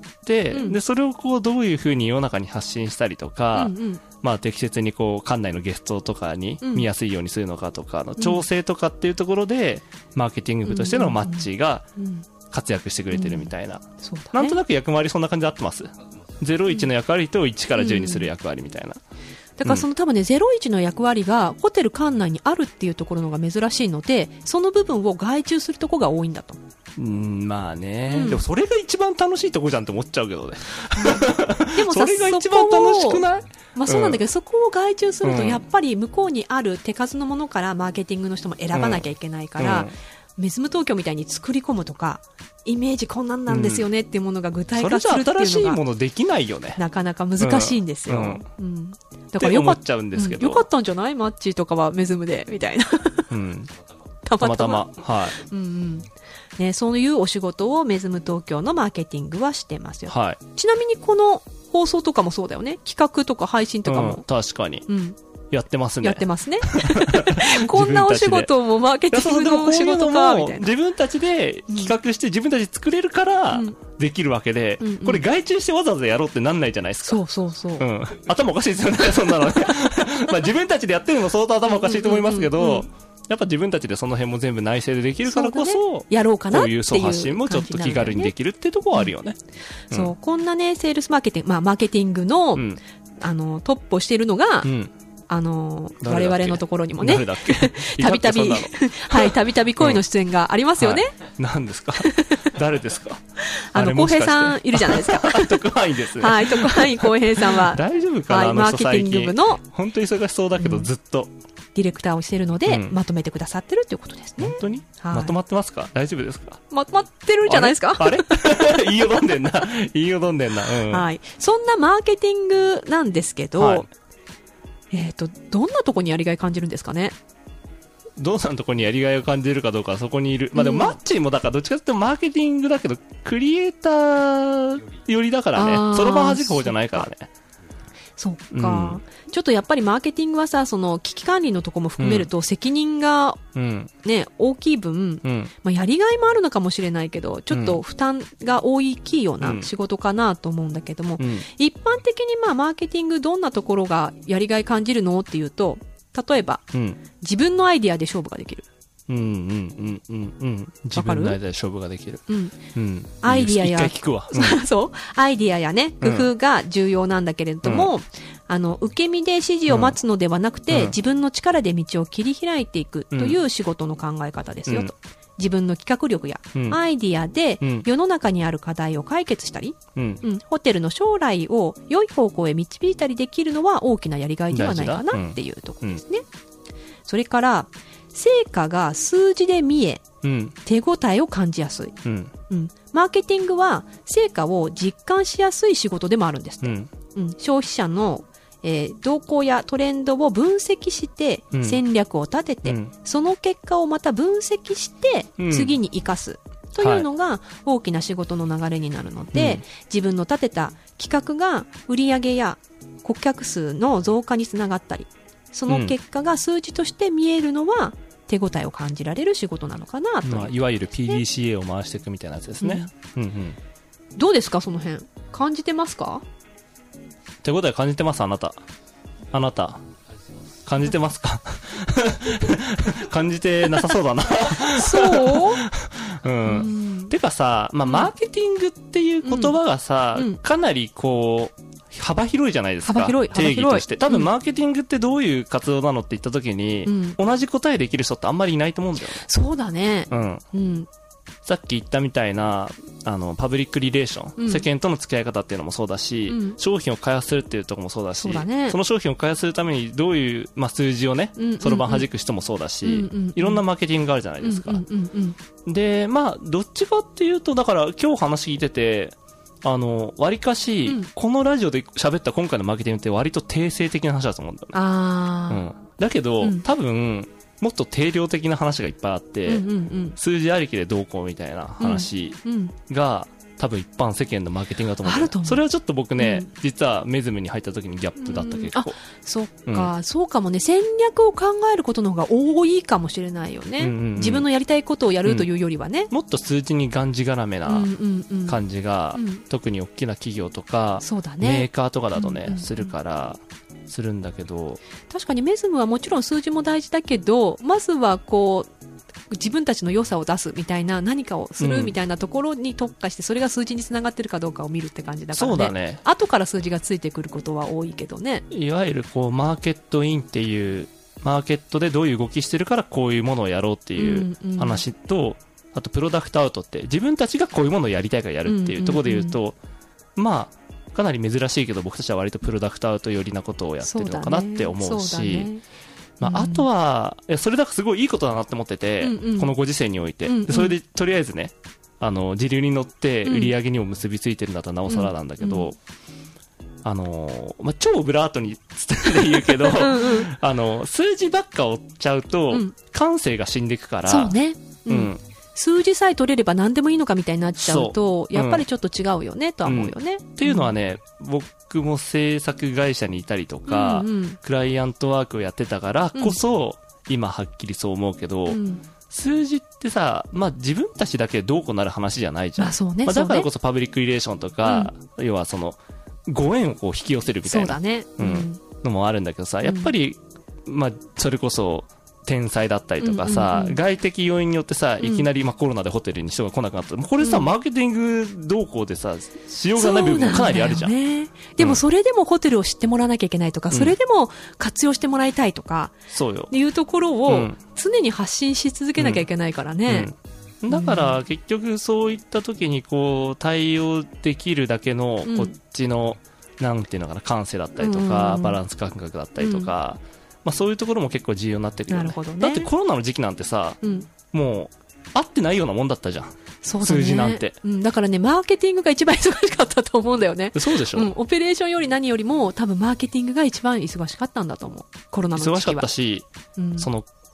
でそれをこうどういう風に世の中に発信したりとか、まあ適切にこう館内のゲストとかに見やすいようにするのかとかの調整とかっていうところで、マーケティング部としてのマッチーが活躍してくれてるみたいな、なんとなく役割そんな感じで合ってます。01の役割と1から10にする役割みたいな。 だからその多分ね、01の役割がホテル館内にあるっていうところのが珍しいので、その部分を外注するところが多いんだと。 まあね、でもそれが一番楽しいとこじゃんって思っちゃうけどね。 でもさ、 それが一番楽しくない？ まあそうなんだけど、そこを外注するとやっぱり向こうにある手数のものからマーケティングの人も選ばなきゃいけないから、メズム東京みたいに作り込むとか、イメージこんなんなんですよねっていうものが具体化するっていうのが、 それじゃ新しいものできないよね。 なかなか難しいんですよ。 だからよかったんですけど、 よかったんじゃない？マッチーとかはメズムでみたいな。たまたま。はい。ね、そういうお仕事をメズム東京のマーケティングはしてますよ。ちなみにこの放送とかもそうだよね。企画とか配信とかも。 確かに。やってますね。 やってますね。こんなお仕事もマーケティングのお仕事か、みたいな。 自分たちで企画して自分たちで作れるからできるわけで、これ外注してわざわざやろうってなんないじゃないですか。 そう。 頭おかしいですよね、そんなのね。まあ自分たちでやってるのも相当頭おかしいと思いますけど、やっぱ自分たちでその辺も全部内製でできるからこそ、 やろうかなっていうこういう発信もちょっと気軽にできるっていうところはあるよね。 そう、こんなね、セールスマーケティング、まあマーケティングの、トップをしているのが、我々のところにもね、たびたび、はい、たびたび声の出演がありますよね。 何ですか？誰ですか？ 浩平さんいるじゃないですか。 特派員です。 はい、特派員浩平さんは。 大丈夫かな？ マーケティング部の。 本当に忙しそうだけど、ずっと。 ディレクターをしているので、まとめてくださってるということですね。 本当に？まとまってますか？大丈夫ですか？ まとまってるんじゃないですか？ あれ言いよどんでんな。言いよどんでんな。 はい。そんなマーケティングなんですけど、どんなとこにやりがい感じるんですかね？ どうさんのところにやりがいを感じるかどうかはそこにいる。まあでもマッチーもだからどっちかっていうとマーケティングだけど、クリエイター寄りだからね。そろばん弾く方じゃないからね。 そっか、ちょっとやっぱりマーケティングはさ、その危機管理のとこも含めると責任がね、大きい分、まあ、やりがいもあるのかもしれないけど、ちょっと負担が大きいような仕事かなと思うんだけども、一般的にまあマーケティングどんなところがやりがい感じるのっていうと、例えば、自分のアイディアで勝負ができる。 自分のアイディアで勝負ができる。 アイディアや、 一回聞くわ。 そう、アイディアやね、工夫が重要なんだけれども、受け身で指示を待つのではなくて、自分の力で道を切り開いていくという仕事の考え方ですよと。自分の企画力やアイディアで世の中にある課題を解決したり、ホテルの将来を良い方向へ導いたりできるのは大きなやりがいではないかなっていうところですね。それから、成果が数字で見え、手応えを感じやすい、マーケティングは成果を実感しやすい仕事でもあるんです、消費者の、動向やトレンドを分析して戦略を立てて、その結果をまた分析して次に生かす、というのが大きな仕事の流れになるので、自分の立てた企画が売上や顧客数の増加につながったり、その結果が数字として見えるのは手応えを感じられる仕事なのかなという、 いわゆる PDCA を回していくみたいなやつですね、 どうですか、その辺感じてますか？ 手応え感じてます？あなた感じてますか？感じてなさそうだな。 そう、 てかさ、まあ、マーケティングっていう言葉がさ、かなりこう幅広いじゃないですか。 幅広い定義として。多分マーケティングってどういう活動なのって言った時に、同じ答えできる人ってあんまりいないと思うんだよね。 そうだね。 さっき言ったみたいなパブリックリレーション、世間との付き合い方っていうのもそうだし、商品を開発するっていうところもそうだし、その商品を開発するためにどういう、数字をね、そろばん弾く人もそうだし、いろんなマーケティングがあるじゃないですか。で、どっちかっていうと、だから今日話聞いてて、割かし、このラジオで喋った今回のマーケティングって割と定性的な話だと思うんだよね。だけど、多分、もっと定量的な話がいっぱいあって、数字ありきでどうこうみたいな話が、多分一般世間のマーケティングだと思うんだよ。それはちょっと僕ね、実はメズムに入った時にギャップだった結構。 そっか、そうかもね。戦略を考えることの方が多いかもしれないよね。自分のやりたいことをやるというよりはね。 もっと数字にがんじがらめな感じが、特に大きな企業とか、メーカーとかだとね、するから、するんだけど、 確かにメズムはもちろん数字も大事だけど、まずはこう自分たちの良さを出すみたいな、何かをするみたいなところに特化して、それが数字につながってるかどうかを見るって感じだからね。そうだね。後から数字がついてくることは多いけどね。 いわゆるこうマーケットインっていう、マーケットでどういう動きしてるからこういうものをやろうっていう話と、あとプロダクトアウトって自分たちがこういうものをやりたいからやるっていうところで言うと、かなり珍しいけど、僕たちは割とプロダクトアウト寄りなことをやってるのかなって思うし、あとは、それだからすごいいいことだなって思ってて、このご時世において。それでとりあえずね、時流に乗って売り上げにも結びついてるんだったらなおさらなんだけど、超オブラートに伝えて言うけど、数字ばっか追っちゃうと、感性が死んでいくから、 そうね。数字さえ取れれば何でもいいのかみたいになっちゃうと、やっぱりちょっと違うよね、とは思うよね。 っていうのはね、僕も制作会社にいたりとか、クライアントワークをやってたからこそ、今はっきりそう思うけど、数字ってさ、自分たちだけどうこうなる話じゃないじゃん。だからこそパブリックリレーションとか、要はその、ご縁をこう引き寄せるみたいなのもあるんだけどさ、やっぱり、それこそ、天災だったりとかさ、外的要因によってさ、いきなりコロナでホテルに人が来なくなった。これさ、マーケティング動向でさ、しようがない部分もかなりあるじゃん。 でもそれでもホテルを知ってもらわなきゃいけないとか、それでも活用してもらいたいとか、いうところを常に発信し続けなきゃいけないからね。 だから結局そういった時にこう対応できるだけのこっちの、なんていうのかな、感性だったりとか、バランス感覚だったりとか、そういうところも結構重要になってくるよね。だってコロナの時期なんてさ、もう合ってないようなもんだったじゃん。数字なんて。 だからね、マーケティングが一番忙しかったと思うんだよね。 そうでしょ。 オペレーションより何よりも多分マーケティングが一番忙しかったんだと思う。コロナの時期は。 忙しかったし、その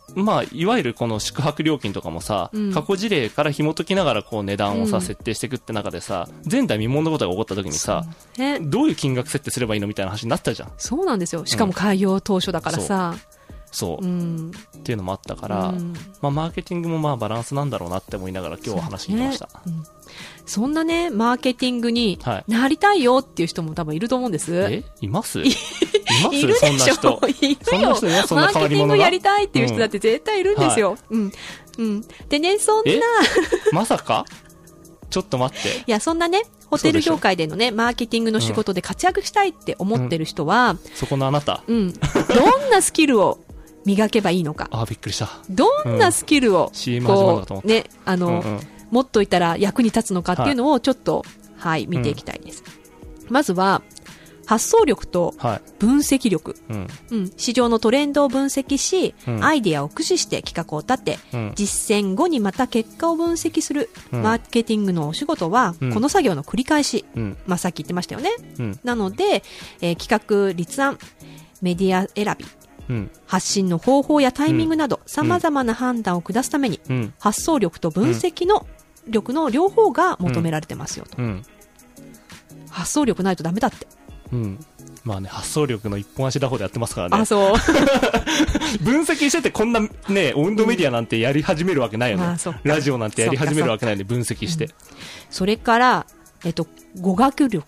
まあ、いわゆるこの宿泊料金とかもさ、過去事例から紐解きながらこう値段をさ、設定していくって中でさ、前代未聞のことが起こった時にさ、どういう金額設定すればいいのみたいな話になったじゃん。 そうなんですよ。しかも開業当初だからさ。 そう、っていうのもあったから、まあ、マーケティングもまあバランスなんだろうなって思いながら今日は話聞いてました。 そんなね、マーケティングになりたいよっていう人も多分いると思うんです。 いますいるでしょ。いるよ。 そんな人いるそんな変わり者が。 マーケティングやりたいっていう人だって絶対いるんですよ。でね、そんな。 まさかちょっと待って。 いや、そんなね、ホテル業界でのね、マーケティングの仕事で活躍したいって思ってる人は、 そこのあなた。 どんなスキルを磨けばいいのか。 びっくりした。 どんなスキルを、 CM 始まるのかと思った。 ね、持っといたら役に立つのかっていうのをちょっと、見ていきたいです。まずは、発想力と分析力、市場のトレンドを分析し、アイデアを駆使して企画を立て、実践後にまた結果を分析する、マーケティングのお仕事は、この作業の繰り返し、まあ、さっき言ってましたよね。なので、企画立案、メディア選び、発信の方法やタイミングなど、様々な判断を下すために、発想力と分析の力の両方が求められてますよと。発想力ないとダメだって。 まあね、発想力の一本足打法でやってますからね。 そう。 分析しててこんなね、温度メディアなんてやり始めるわけないよね。ラジオなんてやり始めるわけないので、分析して。 それから、語学力。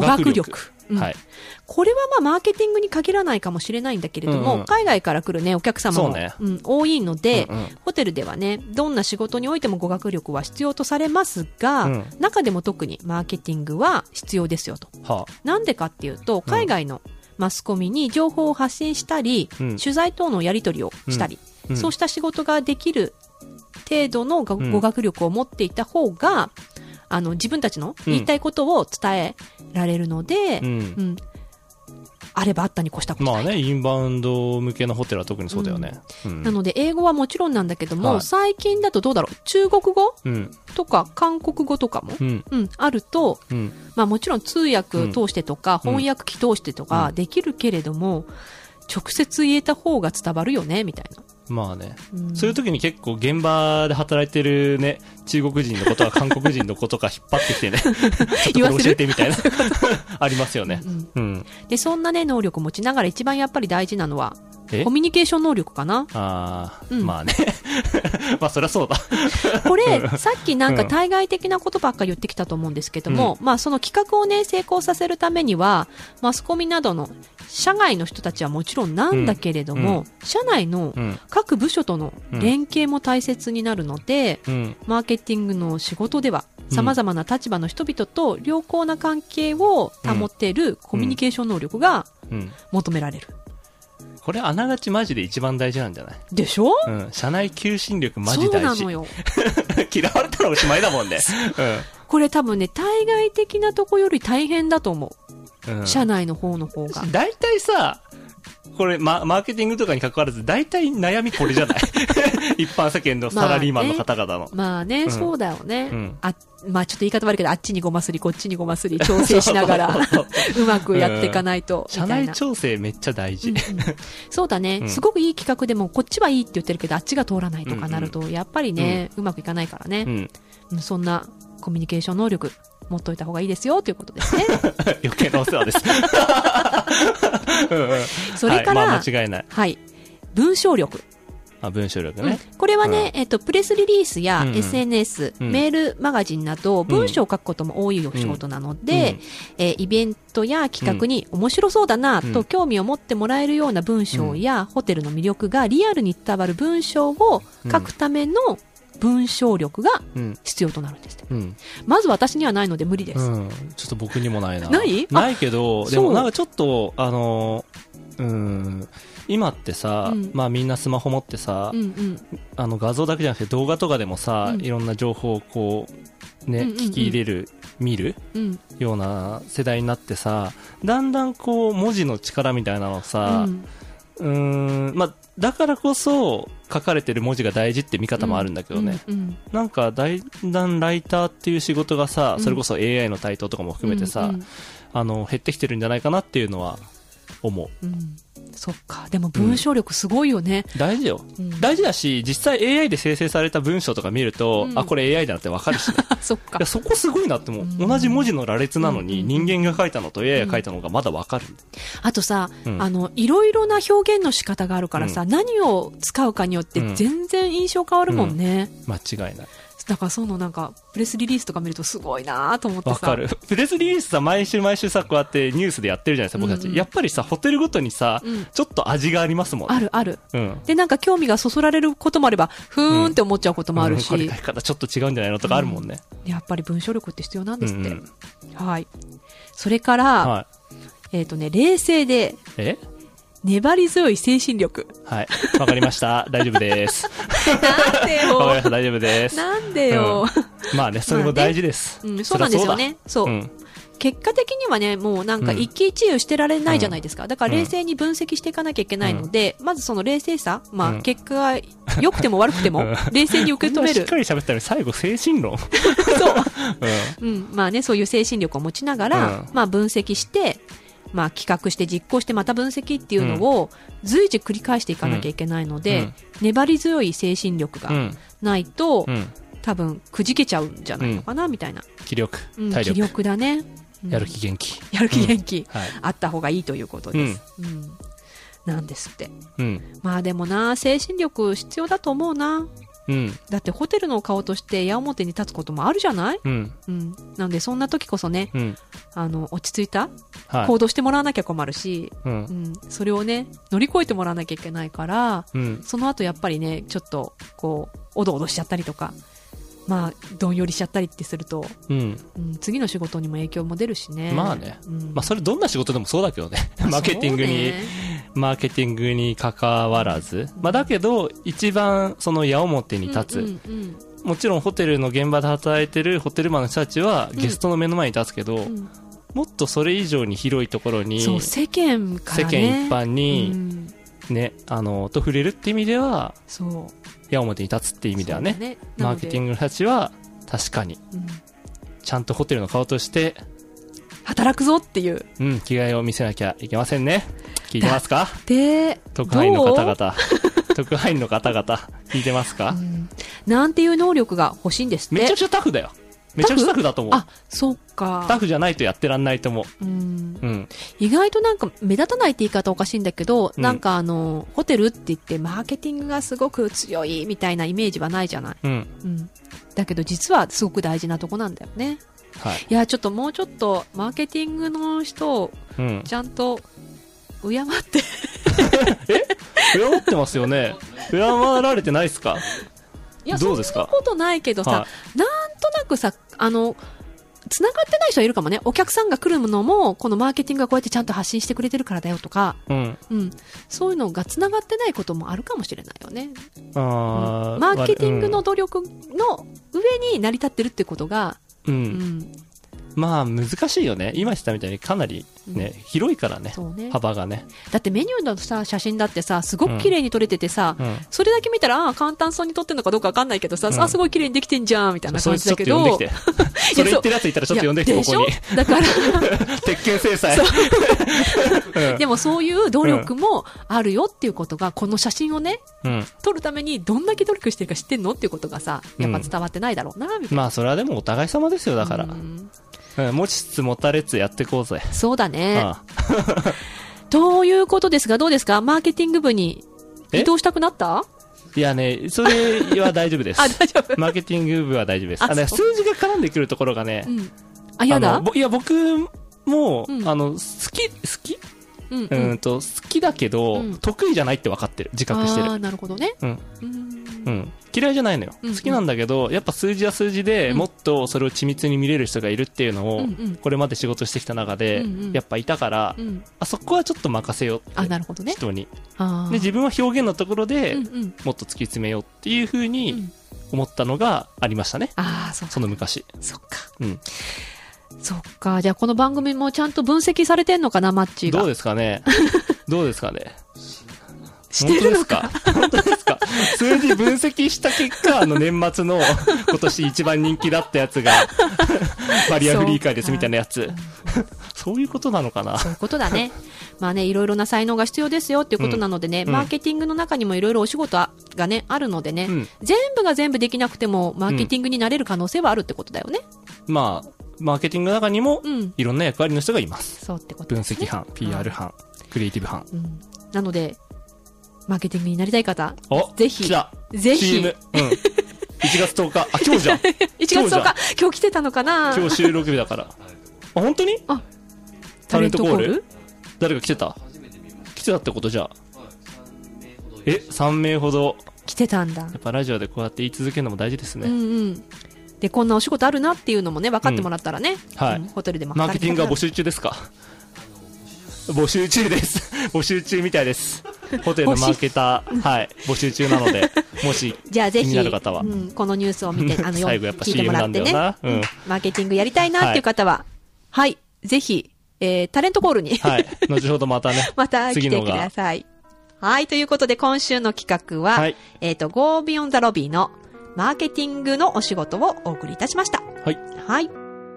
これはまあマーケティングに限らないかもしれないんだけれども、海外から来るね、お客様も、多いので、ホテルではね、どんな仕事においても語学力は必要とされますが、中でも特にマーケティングは必要ですよと。なんでかっていうと、海外のマスコミに情報を発信したり、取材等のやり取りをしたり、そうした仕事ができる程度の語学力を持っていた方が、自分たちの言いたいことを伝えられるので、あればあったに越したことない。 まあね、インバウンド向けのホテルは特にそうだよね。 なので、英語はもちろんなんだけども、最近だとどうだろう、中国語とか韓国語とかも、あると、まあもちろん通訳通してとか、翻訳機通してとかできるけれども、直接言えた方が伝わるよね、みたいな。 まあね、そういう時に結構現場で働いてるね、中国人の子とか韓国人の子とか引っ張ってきてね、ちょっとこれ教えてみたいな、ありますよね。 で、そんなね、能力を持ちながら一番やっぱり大事なのは、コミュニケーション能力かな。 まあね。まあそりゃそうだ。 これ、さっきなんか対外的なことばっか言ってきたと思うんですけども、まあその企画をね、成功させるためには、マスコミなどの社外の人たちはもちろんなんだけれども、社内の各部署との連携も大切になるので、マーケティングの仕事では、様々な立場の人々と良好な関係を保てるコミュニケーション能力が求められる。 これあながちマジで一番大事なんじゃないでしょ。 社内求心力マジ大事。 そうなのよ。 嫌われたらおしまいだもんね。 これ多分ね、対外的なとこより大変だと思う。社内の方の方が。 大体さ、これ、マーケティングとかに関わらず、大体悩みこれじゃない一般世間のサラリーマンの方々の。 まあね、そうだよね。まあちょっと言い方悪いけど、あっちにごますり、こっちにごますり、調整しながら、うまくやっていかないと。 社内調整めっちゃ大事。 そうだね。すごくいい企画でも、こっちはいいって言ってるけど、あっちが通らないとかなると、やっぱりね、うまくいかないからね。そんなコミュニケーション能力、持っといた方がいいですよということですね。 余計なお世話です。 それから、 間違いない。 はい。文章力。 文章力ね。 これはね、プレスリリースや SNS、メールマガジンなど、文章を書くことも多いお仕事なので、イベントや企画に面白そうだなと興味を持ってもらえるような文章や、ホテルの魅力がリアルに伝わる文章を書くための文章力が必要となるんです、まず私にはないので無理です、 ちょっと僕にもないな。 ないけど、でもなんかちょっと今ってさ、まあみんなスマホ持ってさ、画像だけじゃなくて動画とかでもさ、いろんな情報をこうね、聞き入れる、見る、ような世代になってさ、だんだんこう文字の力みたいなのさ、まあだからこそ書かれてる文字が大事って見方もあるんだけどね、なんかだんだんライターっていう仕事がさ、それこそ AI の台頭とかも含めてさ、減ってきてるんじゃないかなっていうのは思う。 そっか。でも文章力すごいよね。 大事よ。大事だし、実際 AI で生成された文章とか見ると、あ、これ AI だなってわかるしね。 そっか。 いや、そこすごいなって思う。同じ文字の羅列なのに、人間が書いたのと AI が書いたのがまだわかる。 あとさ、いろいろな表現の仕方があるからさ、何を使うかによって全然印象変わるもんね。 間違いない。 だからそのなんかプレスリリースとか見るとすごいなと思ってさ。 わかる。プレスリリースさ、毎週さ、こうやってニュースでやってるじゃないですか、僕たち。やっぱりさ、ホテルごとにさ、ちょっと味がありますもんね。 あるある。で、なんか興味がそそられることもあれば、ふーんって思っちゃうこともあるし。 これ書き方ちょっと違うんじゃないのとかあるもんね。 やっぱり文章力って必要なんですって。はい。それから、冷静で、粘り強い精神力。 はい。わかりました。大丈夫です。 なんでよ。 わかりました。大丈夫です。 なんでよ。 まあね、それも大事です。 そうなんですよね。そう。結果的にはね、もうなんか一喜一憂してられないじゃないですか。だから冷静に分析していかなきゃいけないので、まずその冷静さ、まあ結果が良くても悪くても、冷静に受け止める。 しっかり喋ったのに最後精神論。そう。 まあね、そういう精神力を持ちながら、まあ分析して、まあ企画して実行してまた分析っていうのを随時繰り返していかなきゃいけないので、粘り強い精神力がないと、多分くじけちゃうんじゃないのかな、みたいな。 気力、体力。 気力だね。 やる気元気。 やる気元気。あった方がいいということです。なんですって。まあでもな、精神力必要だと思うな。だってホテルの顔として矢面に立つこともあるじゃない？なのでそんな時こそね、落ち着いた行動してもらわなきゃ困るし、それをね、乗り越えてもらわなきゃいけないから、その後やっぱりね、ちょっとこう、おどおどしちゃったりとか、まあ、どんよりしちゃったりってすると、次の仕事にも影響も出るしね。 まあね。まあそれどんな仕事でもそうだけどね。マーケティングに関わらず。まあだけど、一番その矢面に立つ。もちろんホテルの現場で働いてるホテルマンの人たちはゲストの目の前に立つけど、もっとそれ以上に広いところに、 そう、世間からね。 世間一般に、ね、と触れるって意味では、 そう。 矢面に立つっていう意味ではね、マーケティングの人たちは確かに、ちゃんとホテルの顔として働くぞっていう、 気概を見せなきゃいけませんね。聞いてますか？ で、 特派員の方々特派員の方々聞いてますか？ なんていう能力が欲しいんですって。 めちゃくちゃタフだよ。めちゃくちゃタフだと思う。 あ、そっか。 タフじゃないとやってらんないと思う。 意外となんか目立たないって言い方おかしいんだけど、なんかホテルって言ってマーケティングがすごく強いみたいなイメージはないじゃない。だけど実はすごく大事なとこなんだよね。いや、ちょっともうちょっとマーケティングの人をちゃんと敬って敬ってますよね。敬られてないですか？ いや、どうですか？そんなことないけどさ、なんとなくさ、繋がってない人はいるかもね。お客さんが来るのも、このマーケティングがこうやってちゃんと発信してくれてるからだよとか、そういうのが繋がってないこともあるかもしれないよね。マーケティングの努力の上に成り立ってるってことが、 まあ難しいよね。今言ったみたいにかなりね、広いからね、幅がね。 だってメニューのさ、写真だってさ、すごく綺麗に撮れててさ、それだけ見たら、簡単そうに撮ってるのかどうかわかんないけどさ、すごい綺麗にできてんじゃんみたいな感じだけど、 それ言ってるやついたらちょっと呼んできて、ここに。 だから鉄拳制裁。 でもそういう努力もあるよっていうことが、この写真をね、撮るためにどんだけ努力してるか知ってんのっていうことがさ、やっぱ伝わってないだろうなみたいな。 まあそれはでもお互い様ですよ、だから。持ちつ持たれつやっていこうぜ。 そうだね。ということですが、どうですか？マーケティング部に移動したくなった？ いやね、それは大丈夫です。 大丈夫。 マーケティング部は大丈夫です。数字が絡んでくるところがね、 やだ？ いや、僕も、好きだけど、得意じゃないって分かってる。自覚してる。 なるほどね。 嫌いじゃないのよ。好きなんだけど、やっぱ数字は数字でもっとそれを緻密に見れる人がいるっていうのを、これまで仕事してきた中で、やっぱいたから、そこはちょっと任せようって。 なるほどね。 人に。で、自分は表現のところで、もっと突き詰めようっていうふうに思ったのがありましたね。その昔。 そっか。そっか。じゃあこの番組もちゃんと分析されてんのかな、マッチが。 どうですかね。どうですかね。 してるのか。 本当ですか。数字分析した結果、年末の今年一番人気だったやつが、バリアフリー会ですみたいなやつ。 そういうことなのかな。 そういうことだね。まあね、いろいろな才能が必要ですよっていうことなのでね、マーケティングの中にもいろいろお仕事がね、あるのでね、全部が全部できなくても、マーケティングになれる可能性はあるってことだよね。 まあ、マーケティングの中にも、いろんな役割の人がいます。 そうってことですね。 分析班、PR 班、クリエイティブ班。 なので、マーケティングになりたい方、ぜひ、 来た。 ぜひ。 CM。1月10日。あ、今日じゃん。1 月10日。今日来てたのかな。 今日収録日だから。あ、本当に？タレントコール？誰が来てた？来てたってことじゃ。3名ほど。 来てたんだ。 やっぱラジオでこうやって言い続けるのも大事ですね。 で、こんなお仕事あるなっていうのもね、分かってもらったらね。 はい。 ホテルでもマーケティングは募集中ですか？募集中です。募集中みたいです。ホテルのマーケター、はい、募集中なので、もし気になる方は。 このニュースを見て、 最後やっぱ CM なんだよな。 マーケティングやりたいなっていう方は、はい、ぜひ、タレントコールに。 はい、後ほどまたね。 また来てください。はい、ということで今週の企画は、Go Beyond the Lobby のマーケティングのお仕事をお送りいたしました。 はい。 はい。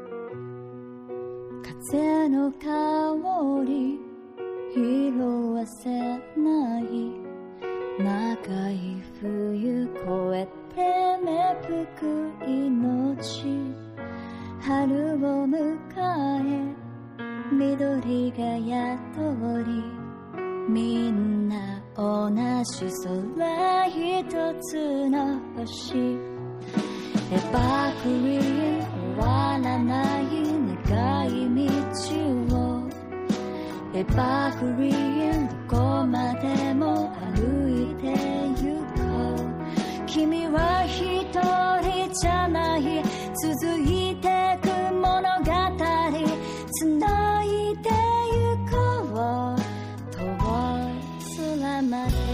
風の香り色褪せない長い冬越えて芽吹く命春を迎え緑が宿りみんな同じ空一つの星エバーグリーン終わらない長い道をエバーグリーンどこまでも歩いて行こう君は一人じゃない続いてく物語繋いで行こう遠い空まで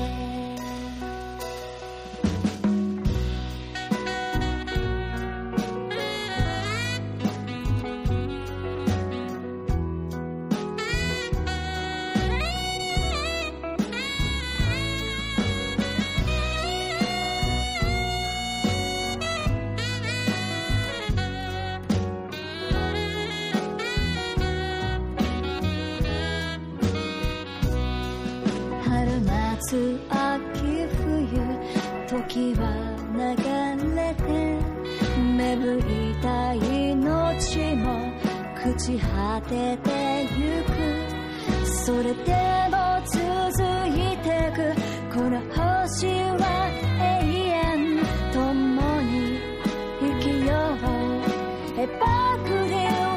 秋冬時は流れて芽吹いた命も朽ち果ててゆくそれでも続いてくこの星は永遠共に生きようエバーグリーン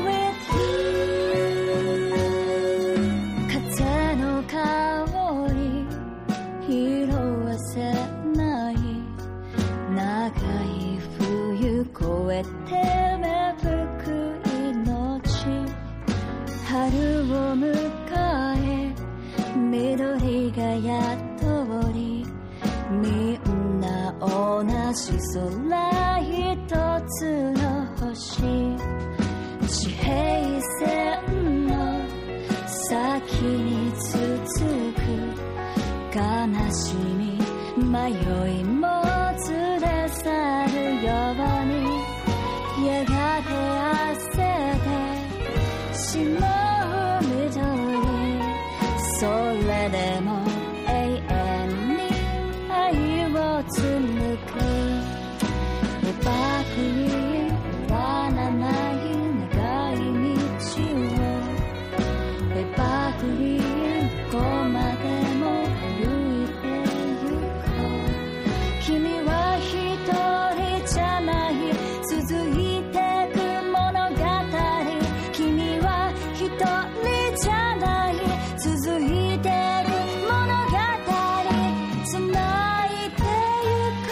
越えて芽吹く命春を迎え緑が宿りみんな同じ空一つの星地平線の先に続く悲しみ迷いも連れ去るようにやがて汗で死の緑それでも永遠に愛を紡くエバーグリーン終わらない長い道をエバーグリーンどこまでも歩いてゆこう君は一人じゃない続いてく物語君は一人じゃない続いてく物語繋いでゆ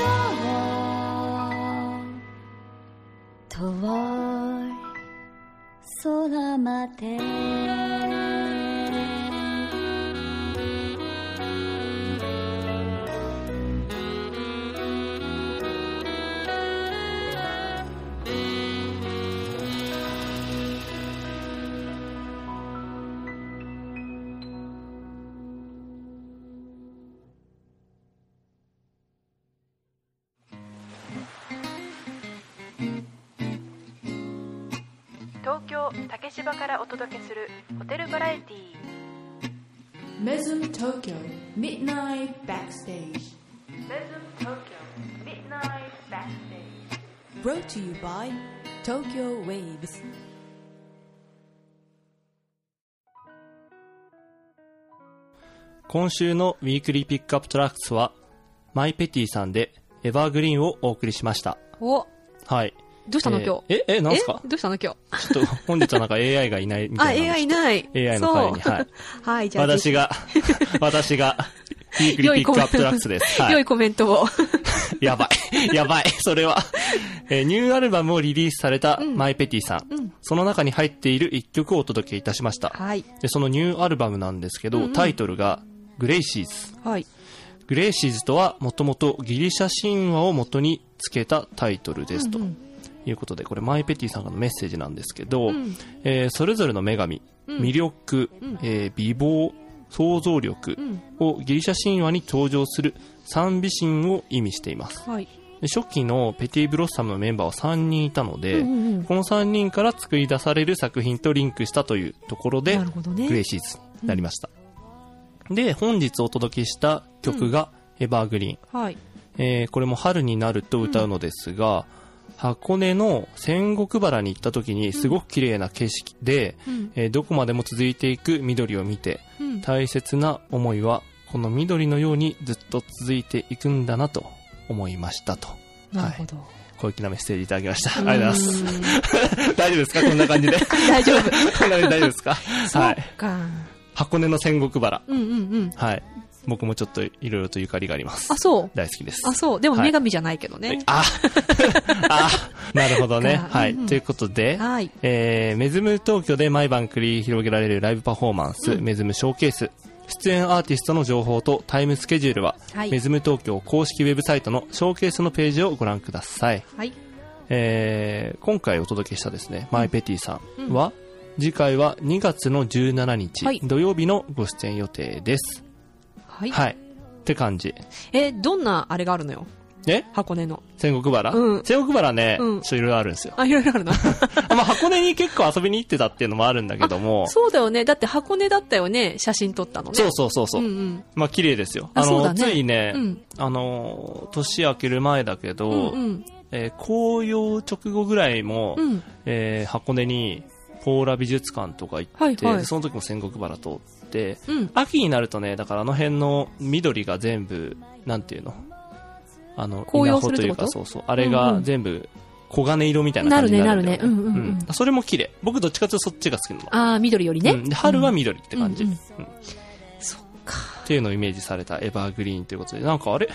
こう遠い空まで東京京竹芝からお届けするホテルバラエティMesm Tokyo Midnight Backstage Mesm Tokyo Midnight Backstage Brought to you by Tokyo Waves。 今週のウィークリーピックアップトラックスはマイペティさんでエバーグリーンをお送りしました。 お、 はい。 どうしたの今日。なんすか？ どうしたの今日。 ちょっと本日はなんか AI がいないみたいな。 AI いない。 AI の会に。はい。 はい、じゃあ。 私が、ウィークリーピックアップトラックスです。はい、 良いコメントを。 やばい、それは。ニューアルバムをリリースされたマイペティさん。その中に入っている一曲をお届けいたしました。 はい。 で、そのニューアルバムなんですけど、タイトルが、グレイシーズ。 はい。 グレイシーズとは、もともとギリシャ神話を元に付けたタイトルですと。いうことで、これマイペティさんからのメッセージなんですけど、それぞれの女神、魅力、美貌、想像力をギリシャ神話に登場する3美神を意味しています。 はい、 で初期のペティブロッサムのメンバーは3人いたので、この3人から作り出される作品とリンクしたというところで、グレイシーズになりました。で、本日お届けした曲がエバーグリーン。はい、これも春になると歌うのですが、箱根の仙石原に行った時にすごく綺麗な景色で、どこまでも続いていく緑を見て、大切な思いはこの緑のようにずっと続いていくんだなと思いましたと。 なるほど。 小粋なメッセージいただきました。ありがとうございます。大丈夫ですかこんな感じで。 大丈夫。 こんな感じで大丈夫ですかはい。 箱根の仙石原。はい。僕もちょっといろいろとゆかりがあります。 あ、そう。 大好きです。 あ、そう。でも女神じゃないけどね。 なるほどね。はい。ということで、メズム東京で毎晩繰り広げられるライブパフォーマンス、メズムショーケース、出演アーティストの情報とタイムスケジュールは、メズム東京公式ウェブサイトのショーケースのページをご覧ください。はい。今回お届けしたですね、マイペティさんは、次回は2月の17日、土曜日のご出演予定です。はい。って感じ。 どんなあれがあるのよ。箱根の。 仙石原？仙石原ね、ちょっといろいろあるんですよ。 いろいろあるな。 箱根に結構遊びに行ってたっていうのもあるんだけども。 そうだよね。だって箱根だったよね、写真撮ったのね。 そう。綺麗ですよ。ついね、年明ける前だけど、紅葉直後ぐらいも、箱根にポーラ美術館とか行って、その時も仙石原通って、秋になるとね、だからあの辺の緑が全部、なんていうの紅葉するってこと？ そう。あれが全部、黄金色みたいな感じになるんだよね。なるね。それも綺麗。僕どっちかというとそっちが好きなの。 緑よりね。 春は緑って感じ。 そっか。 っていうのをイメージされたエバーグリーンということで、なんかあれ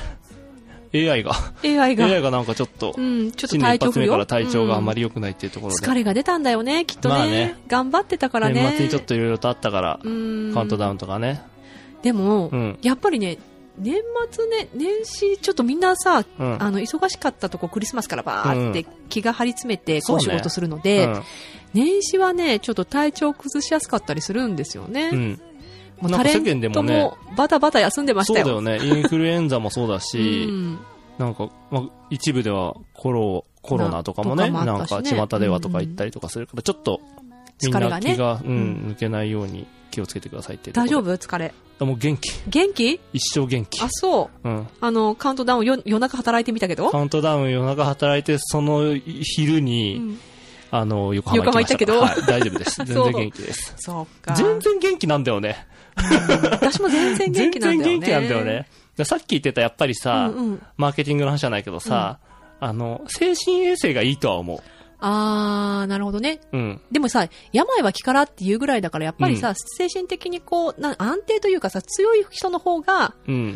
AI がなんかちょっと、新年一発目から体調があんまり良くないっていうところで。 疲れが出たんだよね、きっとね。頑張ってたからね。 年末にちょっといろいろとあったから、カウントダウンとかね。 でも、やっぱりね、年末ね、年始、ちょっとみんなさ、忙しかったとこクリスマスからバーって気が張り詰めて、こう仕事するので、年始はね、ちょっと体調崩しやすかったりするんですよね。タレントもバタバタ休んでましたよ。 そうだよね。インフルエンザもそうだし、なんか、一部ではコロナとかもね、なんか巷ではとか言ったりとかするから、ちょっと、みんな気が、抜けないように気をつけてくださいって。 大丈夫？疲れ。 もう元気。 元気？ 一生元気。 あ、そう。カウントダウン夜中働いてみたけど？ カウントダウン夜中働いて、その昼に、横浜行ったけど。 大丈夫です。全然元気です。 そうか。 全然元気なんだよね。 私も全然元気なんだよね。 全然元気なんだよね。さっき言ってたやっぱりさ、マーケティングの話じゃないけどさ、精神衛生がいいとは思う。 なるほどね。でもさ、病は気からっていうぐらいだから、やっぱりさ、精神的にこう、安定というかさ、強い人の方が、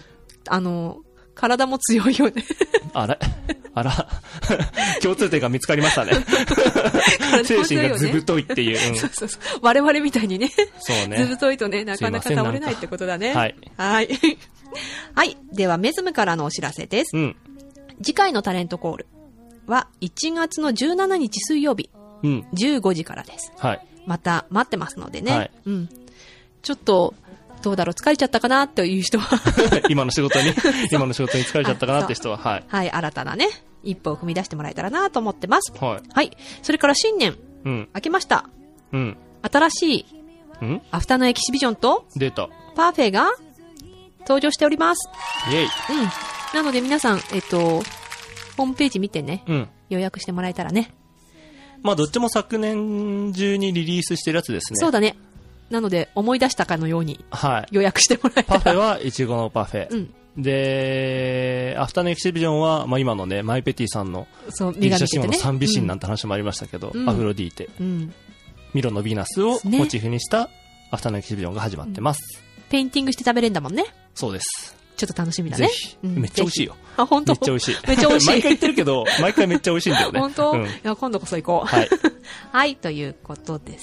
体も強いよね。あら、 共通点が見つかりましたね。精神がずぶといっていう。 我々みたいにね。 そうね。 ずぶといとね、なかなか倒れないってことだね。 はい。 はい。では、メズムからのお知らせです。次回のタレントコールは1月の17日水曜日、15時からです。はい。また待ってますのでね。はい。ちょっと、どうだろう、疲れちゃったかなという人は今の仕事に疲れちゃったかなって人は、はい。 はい、新たなね、一歩を踏み出してもらえたらなと思ってます。はい。はい。それから新年、明けました。 うん。 新しい、アフタヌーンエキシビジョンと、 出た。 パーフェが、登場しております。 イェイ。 なので皆さん、ホームページ見てね、予約してもらえたらね。 まあ、どっちも昨年中にリリースしてるやつですね。 そうだね。なので、思い出したかのように、予約してもらえたら。 パフェは、いちごのパフェ。で、アフタヌーンエキシビジョンは、まあ、今のね、マイペティさんの、ギリシャ神話の三美神なんて話もありましたけど、アフロディーテ。ミロのヴィーナスをモチーフにしたアフタヌーンエキシビジョンが始まってます。 ペインティングして食べれるんだもんね。 そうです。 ちょっと楽しみだね。 ぜひ。めっちゃ美味しいよ。 あ、本当？ めっちゃ美味しい。 めっちゃ美味しい。 毎回言ってるけど、毎回めっちゃ美味しいんだよね。 本当？いや、今度こそ行こう。はい。はい、ということです。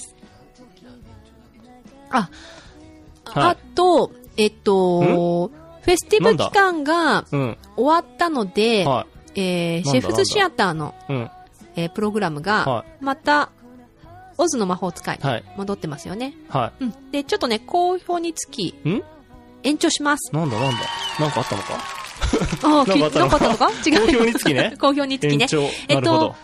あと、フェスティブ期間が終わったので、シェフズシアターのプログラムが、また、オズの魔法使い、戻ってますよね。で、ちょっとね、好評につき、延長します。 なんかあったのかなんかあったのか違う。 好評につきね。 好評につきね。 なるほど。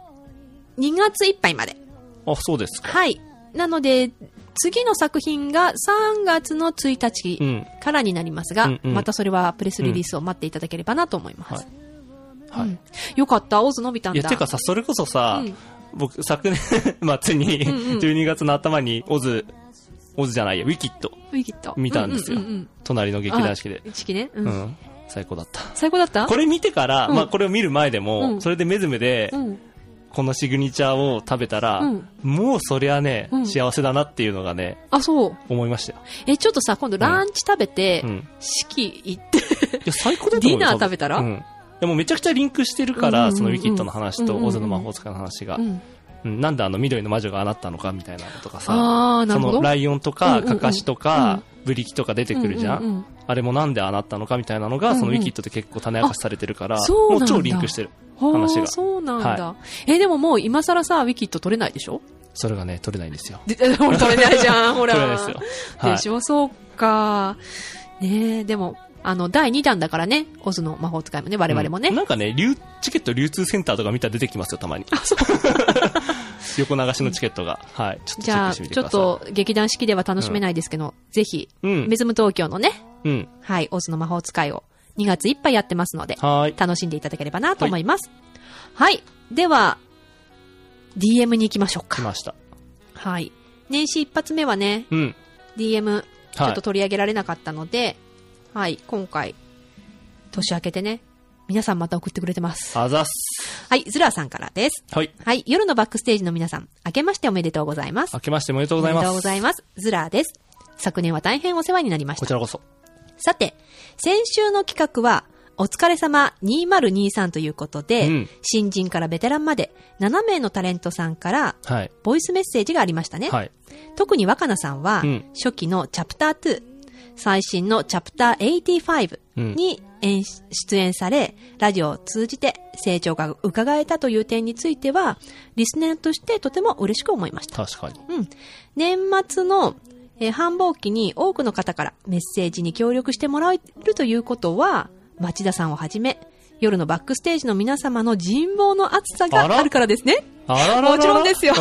2月いっぱいまで。 あ、そうですか。 はい。なので、次の作品が3月の1日からになりますが、またそれはプレスリリースを待っていただければなと思います。よかった、オズ伸びたんだ。 いや、てかさ、それこそさ、僕、昨年末に、12月の頭にオズじゃないよ、ウィキッド。見たんですよ。隣の劇団四季で。 ね。 最高だった。 最高だった？ これ見てから、まあこれを見る前でも、それでメズムで、このシグニチャーを食べたら、もうそりゃね、幸せだなっていうのがね、思いましたよ。ちょっとさ、今度ランチ食べて、式行って、 いや、最高だと思うよ。 ディナー食べたら？ でもめちゃくちゃリンクしてるから、そのウィキッドの話とオズの魔法使いの話が。なんで緑の魔女があなったのかみたいなのとかさ、そのライオンとかカカシとかブリキとか出てくるじゃん。あれもなんでああなったのかみたいなのが、そのウィキッドで結構種明かしされてるから、もう超リンクしてる話が。 そうなんだ。でももう今更さ、ウィキッド取れないでしょ？ それがね、取れないんですよ。 取れないじゃん、ほら。 取れないですよ。 でしょ、そうか。ねでも、第2弾だからね、オズの魔法使いもね、我々もね。 なんかね、チケット流通センターとか見たら出てきますよ、たまに。横流しのチケットが。はい。 じゃあ、ちょっと劇団四季では楽しめないですけど、ぜひ、メズム東京のね、はい、オズの魔法使いを2月いっぱいやってますので、楽しんでいただければなと思います。はい。では、DM に行きましょうか。 来ました。 はい。年始一発目はね、DM、ちょっと取り上げられなかったので、はい、今回、年明けてね、皆さんまた送ってくれてます。 あざっす。 はい、ズラさんからです。はい。はい、夜のバックステージの皆さん、明けましておめでとうございます。 明けましておめでとうございます。 おめでとうございます。ズラです。昨年は大変お世話になりました。 こちらこそ。 さて、先週の企画は、お疲れ様2023ということで、新人からベテランまで7名のタレントさんから、ボイスメッセージがありましたね。はい、特に若菜さんは、初期のチャプター2、最新のチャプター85に出演され、ラジオを通じて成長が伺えたという点については、リスナーとしてとても嬉しく思いました。 確かに。 年末の繁忙期に多くの方からメッセージに協力してもらえるということは、町田さんをはじめ、夜のバックステージの皆様の人望の厚さがあるからですね。もちろんですよ。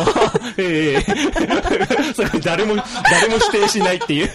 それ誰も否定しないっていう。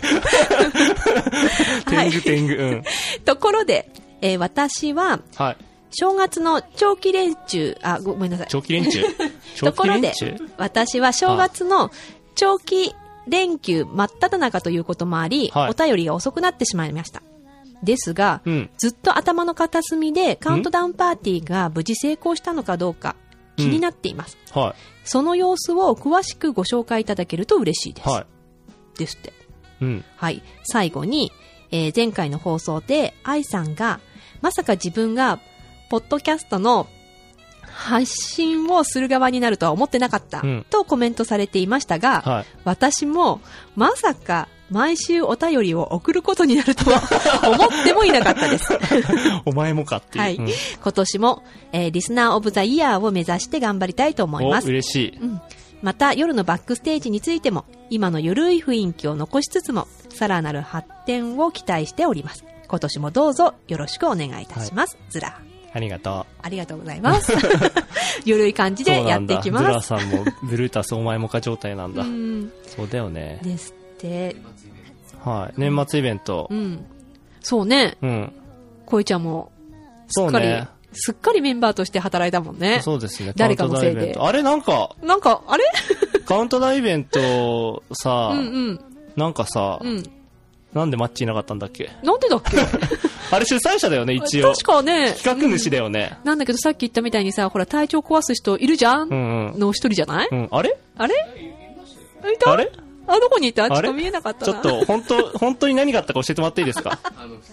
天狗。 ところで、私は、正月の長期連中、ごめんなさい。 長期連中ところで、私は正月の長期連休真っ只中ということもあり、お便りが遅くなってしまいました。ですが、ずっと頭の片隅でカウントダウンパーティーが無事成功したのかどうか気になっています。その様子を詳しくご紹介いただけると嬉しいです。ですって。はい。最後に、前回の放送で愛さんがまさか自分がポッドキャストの発信をする側になるとは思ってなかった、とコメントされていましたが、私もまさか毎週お便りを送ることになるとは思ってもいなかったです。 お前もかっていう。 はい。今年も、リスナーオブザイヤーを目指して頑張りたいと思います。 嬉しい。 また夜のバックステージについても今のゆるい雰囲気を残しつつもさらなる発展を期待しております。今年もどうぞよろしくお願いいたします。ズラ。 ありがとう。 ありがとうございます。ゆるい感じでやっていきます。 ズラさんもブルータスお前もか状態なんだ。そうだよね。 ですって。 はい。年末イベント。 そうね。こいちゃんも、すっかりメンバーとして働いたもんね。 そうですね。 誰かのせいで。 あれなんか、 あれカウントダウンイベントさ、なんかさ、なんでマッチいなかったんだっけ？ なんでだっけ？ あれ主催者だよね、一応。 確かね。 企画主だよね。 なんだけどさっき言ったみたいにさ、ほら体調壊す人いるじゃんの一人じゃない？ あれいた？あれ？どこにいた？ちょっと見えなかったな。 ちょっと、本当に何があったか教えてもらっていいですか？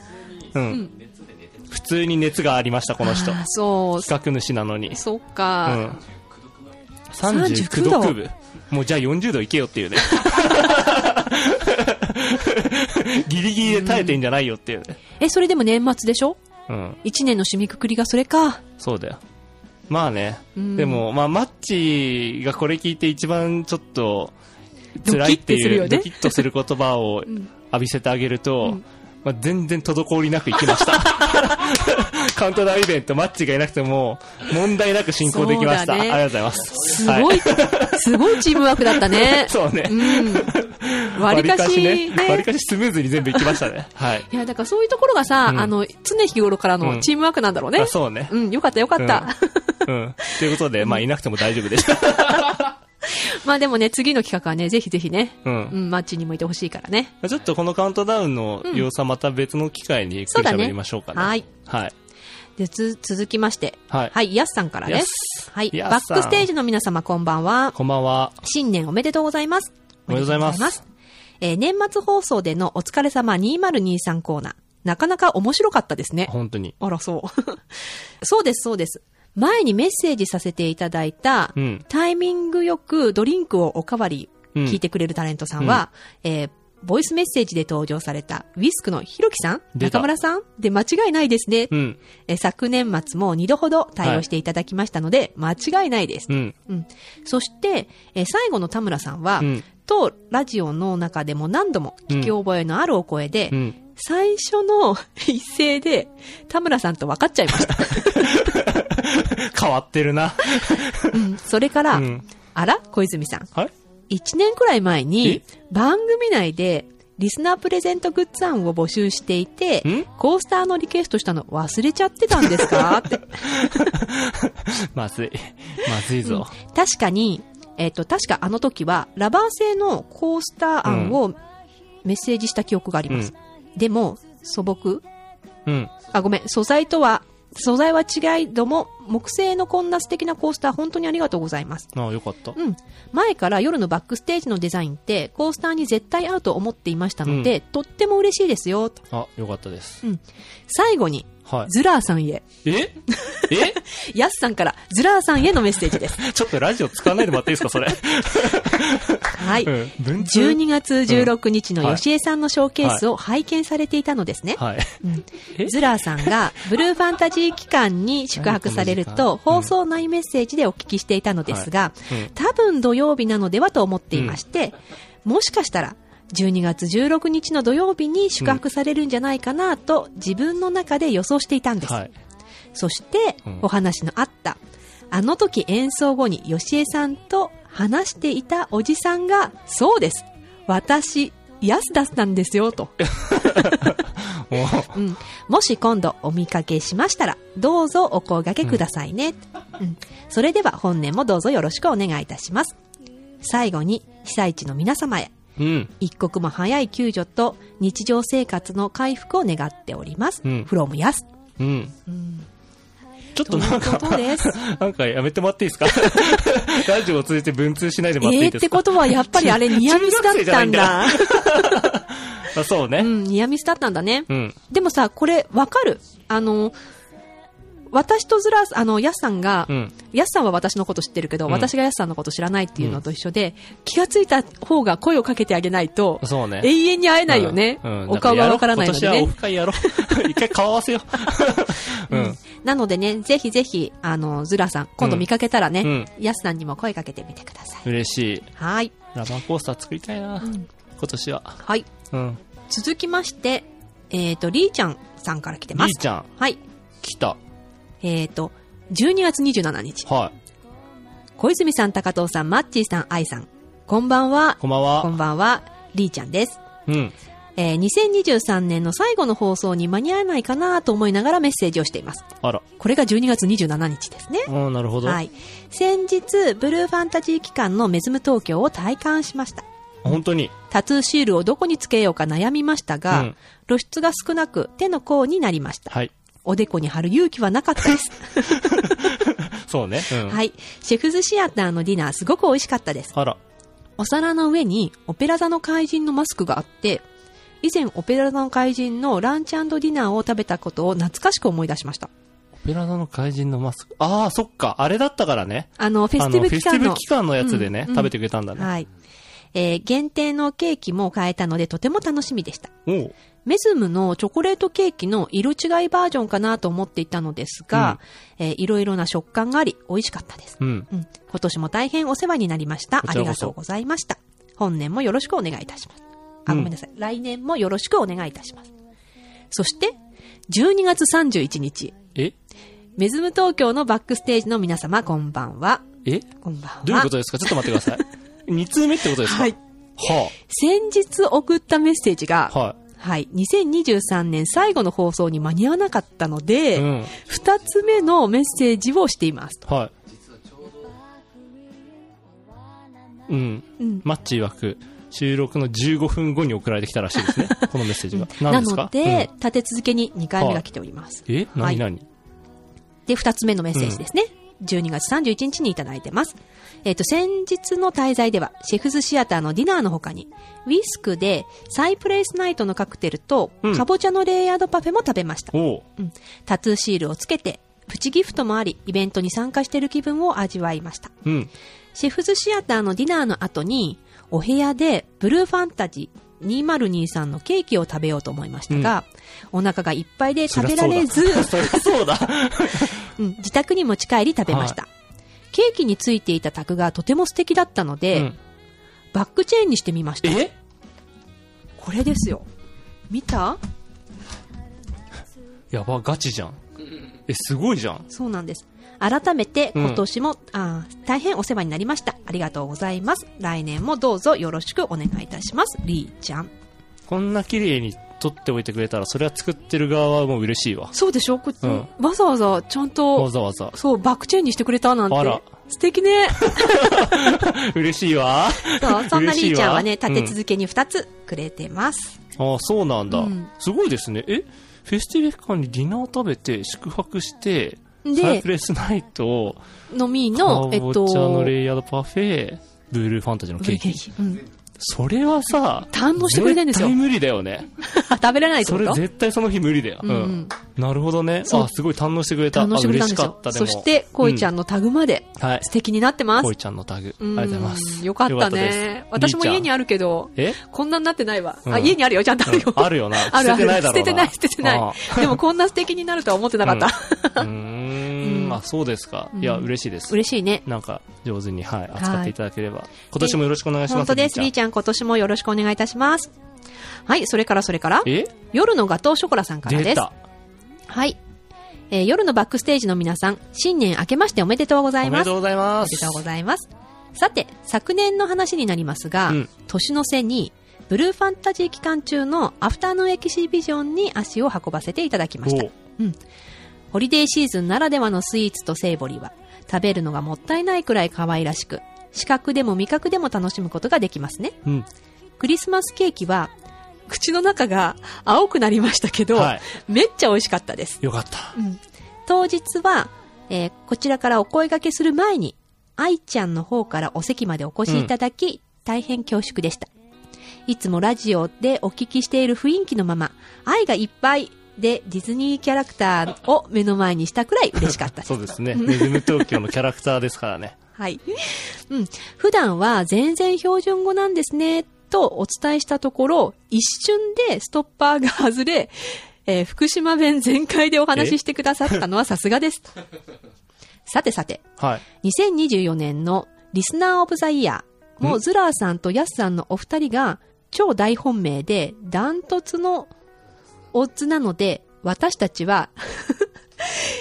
普通に熱がありました、この人。 そう。 企画主なのに。 そっか。 39度9分。もうじゃあ40度いけよっていうね。ギリギリで耐えてんじゃないよっていうね。 それでも年末でしょ？1年の締めくくりがそれか。 そうだよ。まあね。でも、マッチがこれ聞いて一番ちょっと辛いっていうドキッとする言葉を浴びせてあげると、全然滞りなく行きました。カウントダウンイベントマッチがいなくても問題なく進行できました。ありがとうございます。 すごいチームワークだったね。 そうね。 割りかしスムーズに全部いきましたね。はい。 いや、だからそういうところがさ、常日頃からのチームワークなんだろうね。 そうね。 よかったよかった。 ということで、いなくても大丈夫でした。 でもね、次の企画はね、ぜひぜひね、マッチにもいてほしいからね。 ちょっとこのカウントダウンの様子はまた別の機会にゆっくり喋りましょうかね。 はい。で、続きまして、ヤスさんからです。はい。バックステージの皆様こんばんは。 こんばんは。 新年おめでとうございます。 おめでとうございます。 年末放送でのお疲れ様2023コーナー。なかなか面白かったですね。 本当に。 あら、そう。そうです、そうです。前にメッセージさせていただいた、タイミングよくドリンクをおかわり聞いてくれるタレントさんは、ボイスメッセージで登場されたウィスクのひろきさん、中村さんで間違いないですね。昨年末も2度ほど対応していただきましたので、間違いないです。そして、最後の田村さんは、当ラジオの中でも何度も聞き覚えのあるお声で、最初の一声で田村さんと分かっちゃいました。 変わってるな。 それから、あら小泉さん。1年くらい前に番組内でリスナープレゼントグッズ案を募集していて、コースターのリクエストしたの忘れちゃってたんですかって。 まずいぞ。 確かに、確かあの時はラバー製のコースター案をメッセージした記憶があります。でも、素朴、ごめん、素材は違いども、木製のこんな素敵なコースター本当にありがとうございます。 よかった。 前から夜のバックステージのデザインってコースターに絶対合うと思っていましたので、とっても嬉しいですよ。 よかったです。 最後に、ズラーさんへ。ヤスさんからズラーさんへのメッセージです。 ちょっとラジオ使わないでもらっていいですか、それ。 はい。12月16日の吉江さんのショーケースを拝見されていたのですね。ズラーさんがブルーファンタジー期間に宿泊されると放送内メッセージでお聞きしていたのですが、多分土曜日なのではと思っていまして、もしかしたら12月16日の土曜日に宿泊されるんじゃないかなと自分の中で予想していたんです。そして、お話のあった、あの時演奏後に吉江さんと話していたおじさんが、そうです、私、安田さんですよ、と。もし今度お見かけしましたら、どうぞお声掛けくださいね。それでは本年もどうぞよろしくお願いいたします。最後に、被災地の皆様へ、一刻も早い救助と日常生活の回復を願っております。from やす。 ちょっとなんかやめてもらっていいですか？ラジオを通じて文通しないでもらっていいですか？ ってことはやっぱりあれニアミスだったんだ。 そうね。 ニアミスだったんだね。でもさ、これわかる？私とヤスさんが、ヤスさんは私のこと知ってるけど、私がヤスさんのこと知らないっていうのと一緒で、気がついた方が声をかけてあげないと、永遠に会えないよね。お顔がわからないのでね。 今年はオフ会やろう。一回顔合わせよう。 なのでね、ぜひぜひ、ズラさん、今度見かけたらね、ヤスさんにも声かけてみてください。 嬉しい。 はい。 ラバーコースター作りたいな、今年は。 はい。続きまして、リーちゃんさんから来てます。 リーちゃん。 はい。 来た。 12月27日。 はい。 小泉さん、高藤さん、マッチーさん、愛さん。こんばんは。 こんばんは。 こんばんは。りーちゃんです。 うん。 2023年の最後の放送に間に合わないかなと思いながらメッセージをしています。 あら。 これが12月27日ですね。 なるほど。 はい。先日、ブルーファンタジー期間のメズム東京を体感しました。 本当に。 タトゥーシールをどこにつけようか悩みましたが、露出が少なく手の甲になりました。 はい。 おでこに貼る勇気はなかったです。 そうね。 はい。シェフズシアターのディナーすごく美味しかったです。 あら。 お皿の上にオペラ座の怪人のマスクがあって、以前オペラ座の怪人のランチ&ディナーを食べたことを懐かしく思い出しました。 オペラ座の怪人のマスク。ああ、そっか。あれだったからね。 フェスティブ期間のやつでね、食べてくれたんだね。 はい。限定のケーキも買えたのでとても楽しみでした。 おメズムのチョコレートケーキの色違いバージョンかなと思っていたのですが、いろいろな食感があり美味しかったです。今年も大変お世話になりました。ありがとうございました。本年もよろしくお願いいたします。ごめんなさい。来年もよろしくお願いいたします。そして、12月31日。メズム東京のバックステージの皆様、こんばんは。こんばんは。 どういうことですか？ちょっと待ってください。2通目ってことですか？ はい。 はあ、 先日送ったメッセージが、 はい。 2023年最後の放送に間に合わなかったので、2つ目のメッセージをしています。 はい。マッチ曰く、収録の15分後に送られてきたらしいですね。このメッセージが。何ですか？ なので、立て続けに2回目が来ております。 何、 で、2つ目のメッセージですね。12月31日にいただいてます。先日の滞在では、シェフズシアターのディナーの他に、ウィスクでサイプレイスナイトのカクテルと、かぼちゃのレイヤードパフェも食べました。タトゥーシールをつけて、プチギフトもあり、イベントに参加している気分を味わいました。シェフズシアターのディナーの後に、お部屋でブルーファンタジー2023のケーキを食べようと思いましたが、お腹がいっぱいで食べられず、 そうだ。 自宅に持ち帰り食べました。ケーキについていたタグがとても素敵だったので、バックチェーンにしてみました。これですよ。見た？ やば、ガチじゃん。すごいじゃん。 そうなんです。改めて今年も、大変お世話になりました。ありがとうございます。来年もどうぞよろしくお願いいたします。りーちゃん。 こんな綺麗に撮っておいてくれたら、それは作ってる側はもう嬉しいわ。 そうでしょ？わざわざちゃんと、 わざわざ。 そう、バックチェーンにしてくれたなんて。 あら。 素敵ね。 嬉しいわ。 そんなりーちゃんはね、立て続けに2つくれてます。 そうなんだ。すごいですね。フェスティブ期間にディナー食べて、宿泊して、サイプレスナイト、 のみの、 かぼちゃのレイヤードパフェ、ブルーファンタジーのケーキ。それはさ、 堪能してくれてるんですよ。 絶対無理だよね。 食べれないってこと？ それ絶対その日無理だよ。なるほどね。すごい堪能してくれた。 堪能してくれたんですよ。そして、こいちゃんのタグまで、素敵になってます。 こいちゃんのタグ。ありがとうございます。 よかったね。私も家にあるけど、こんなになってないわ。家にあるよ、ちゃんとあるよ。 あるよな。捨ててないだろうな。 捨ててない、捨ててない。でもこんな素敵になるとは思ってなかった。 そうですか。いや、嬉しいです。 嬉しいね。 なんか、上手に、扱っていただければ。今年もよろしくお願いします。 本当です。りーちゃん、今年もよろしくお願いいたします。はい、それから、夜のガトーショコラさんからです。はい。夜のバックステージの皆さん、新年明けましておめでとうございます。 おめでとうございます。 おめでとうございます。さて、昨年の話になりますが、年の瀬に、ブルーファンタジー期間中のアフタヌーンエキシビジョンに足を運ばせていただきました。ホリデーシーズンならではのスイーツとセイボリは食べるのがもったいないくらい可愛らしく、視覚でも味覚でも楽しむことができますね。クリスマスケーキは口の中が青くなりましたけど、めっちゃ美味しかったです。 よかった。 当日は、こちらからお声掛けする前に愛ちゃんの方からお席までお越しいただき、大変恐縮でした。いつもラジオでお聞きしている雰囲気のまま愛がいっぱいでディズニーキャラクターを目の前にしたくらい嬉しかったです。 そうですね。メズム東京のキャラクターですからね。 はい。普段は全然標準語なんですね、とお伝えしたところ、一瞬でストッパーが外れ、福島弁全開でお話ししてくださったのはさすがです。さて、2024年のリスナーオブザイヤーもズラーさんとヤスさんのお二人が超大本命でダントツのオッズなので、私たちは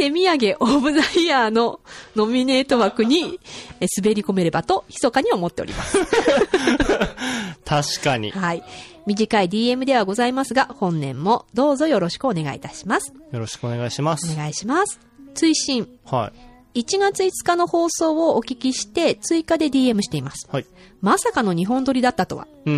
手土産オブザイヤーのノミネート枠に滑り込めればと密かに思っております。 確かに。 はい。短い DM ではございますが、本年もどうぞよろしくお願いいたします。 よろしくお願いします。 お願いします。追伸。 はい。 1月5日の放送をお聞きして追加で DM しています。 はい。 まさかの2本撮りだったとは。 うん。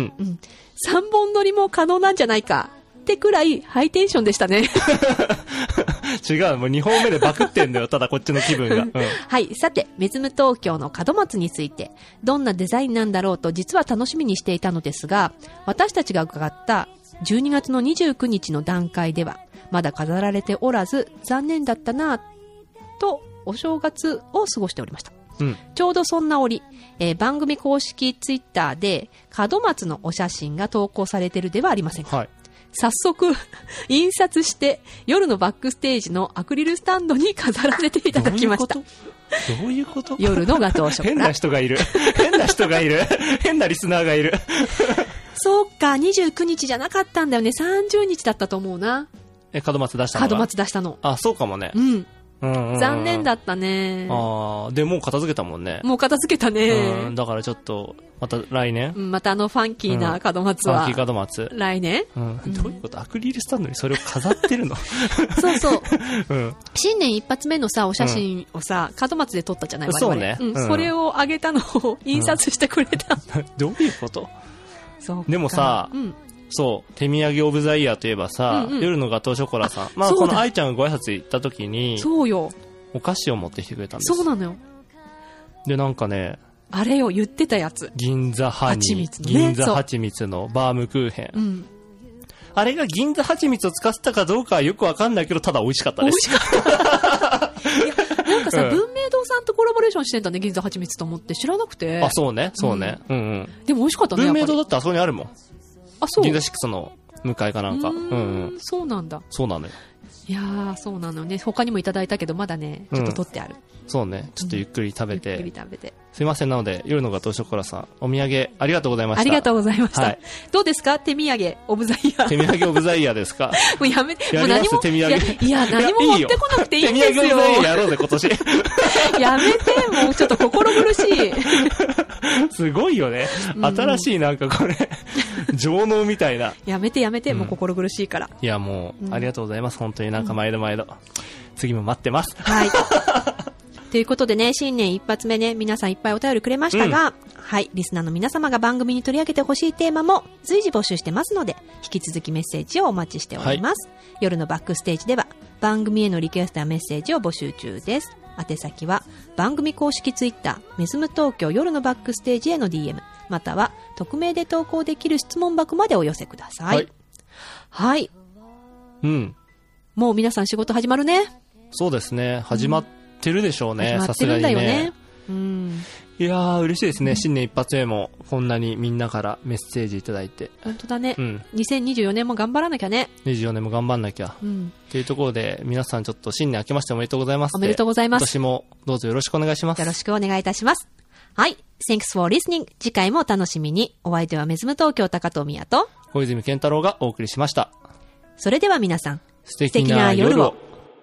3本撮りも可能なんじゃないかってくらいハイテンションでしたね。 違う、もう2本目でバクってんだよ、ただこっちの気分が。 はい。さて、メズム東京の門松について、どんなデザインなんだろうと実は楽しみにしていたのですが、私たちが伺った12月の29日の段階では、まだ飾られておらず、残念だったなぁと、お正月を過ごしておりました。ちょうどそんな折、番組公式ツイッターで門松のお写真が投稿されているではありませんか。はい、早速印刷して夜のバックステージのアクリルスタンドに飾らせていただきました。 どういうこと？ 夜のガトーショコラ。 変な人がいる。変な人がいる。変なリスナーがいる。 そうか、29日じゃなかったんだよね。30日だったと思うな。 門松出したの？ 門松出したの。 あ、そうかもね。 残念だったね。 でもう片付けたもんね。 もう片付けたね。 だからちょっとまた来年、 またファンキーな門松は、 ファンキー門松来年、 どういうこと？アクリルスタンドにそれを飾ってるの？ そうそう、新年一発目のさお写真をさ、門松で撮ったじゃない？ そうね、 それをあげたのを印刷してくれた。 どういうこと？でもさ、そう、手土産オブザイヤーといえばさ、夜のガトーショコラさん。まあ、この愛ちゃんがご挨拶行った時に、 そうよ。 お菓子を持ってきてくれたんです。 そうなのよ。 で、なんかね、 あれを言ってたやつ。 銀座ハニー、銀座蜂蜜のバームクーヘン。あれが銀座蜂蜜を使ってたかどうかはよくわかんないけど、ただ美味しかったです。 美味しかった。いや、なんかさ、文明堂さんとコラボレーションしてんだね、銀座蜂蜜と思って知らなくて。 あ、そうね、そうね。 でも美味しかったね。 文明堂だってあそこにあるもん。 あ、そう。 銀座6の向かいかなんか。 そうなんだ。 そうなのよ。 いやー、そうなのね。他にもいただいたけど、まだね、ちょっと取ってある。 そうね。ちょっとゆっくり食べて。 ゆっくり食べて。 すいません。なので、夜のガトーショコラさん、お土産ありがとうございました。 ありがとうございました。どうですか？手土産、オブザイヤー。 手土産オブザイヤーですか？ もうやめて、 もう何も。手土産。 いや、何も持ってこなくていいんですよ。 手土産オブザイヤーやろうぜ、今年。 やめて、もうちょっと心苦しい。 すごいよね。新しいなんかこれ、情能みたいな。 やめて、もう心苦しいから。 いや、もう、ありがとうございます。本当になんか毎度。次も待ってます。 はい。ということでね、新年一発目ね、皆さんいっぱいお便りくれましたが、はい、リスナーの皆様が番組に取り上げてほしいテーマも随時募集してますので、引き続きメッセージをお待ちしております。夜のバックステージでは、番組へのリクエストやメッセージを募集中です。宛先は、番組公式ツイッター、メズム東京夜のバックステージへの DM、または、匿名で投稿できる質問箱までお寄せください。はい。もう皆さん仕事始まるね。 そうですね。始まってるでしょうね。 さすがにね。始まってるんだよね。いやー、嬉しいですね。新年一発目も、こんなにみんなからメッセージいただいて。 本当だね。2024年も頑張らなきゃね。 24年も頑張んなきゃ。というところで、皆さんちょっと新年明けましておめでとうございます。 おめでとうございます。 今年もどうぞよろしくお願いします。 よろしくお願いいたします。はい。Thanks for listening. 次回もお楽しみに。お相手はメズム東京高藤宮と小泉健太郎がお送りしました。 それでは皆さん、 素敵な夜を。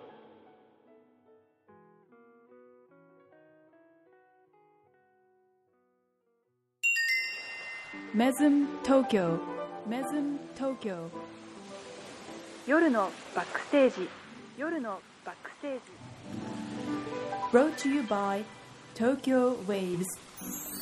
メズム東京、メズム東京。夜のバックステージ、夜のバックステージ。Brought to you by Tokyo Waves。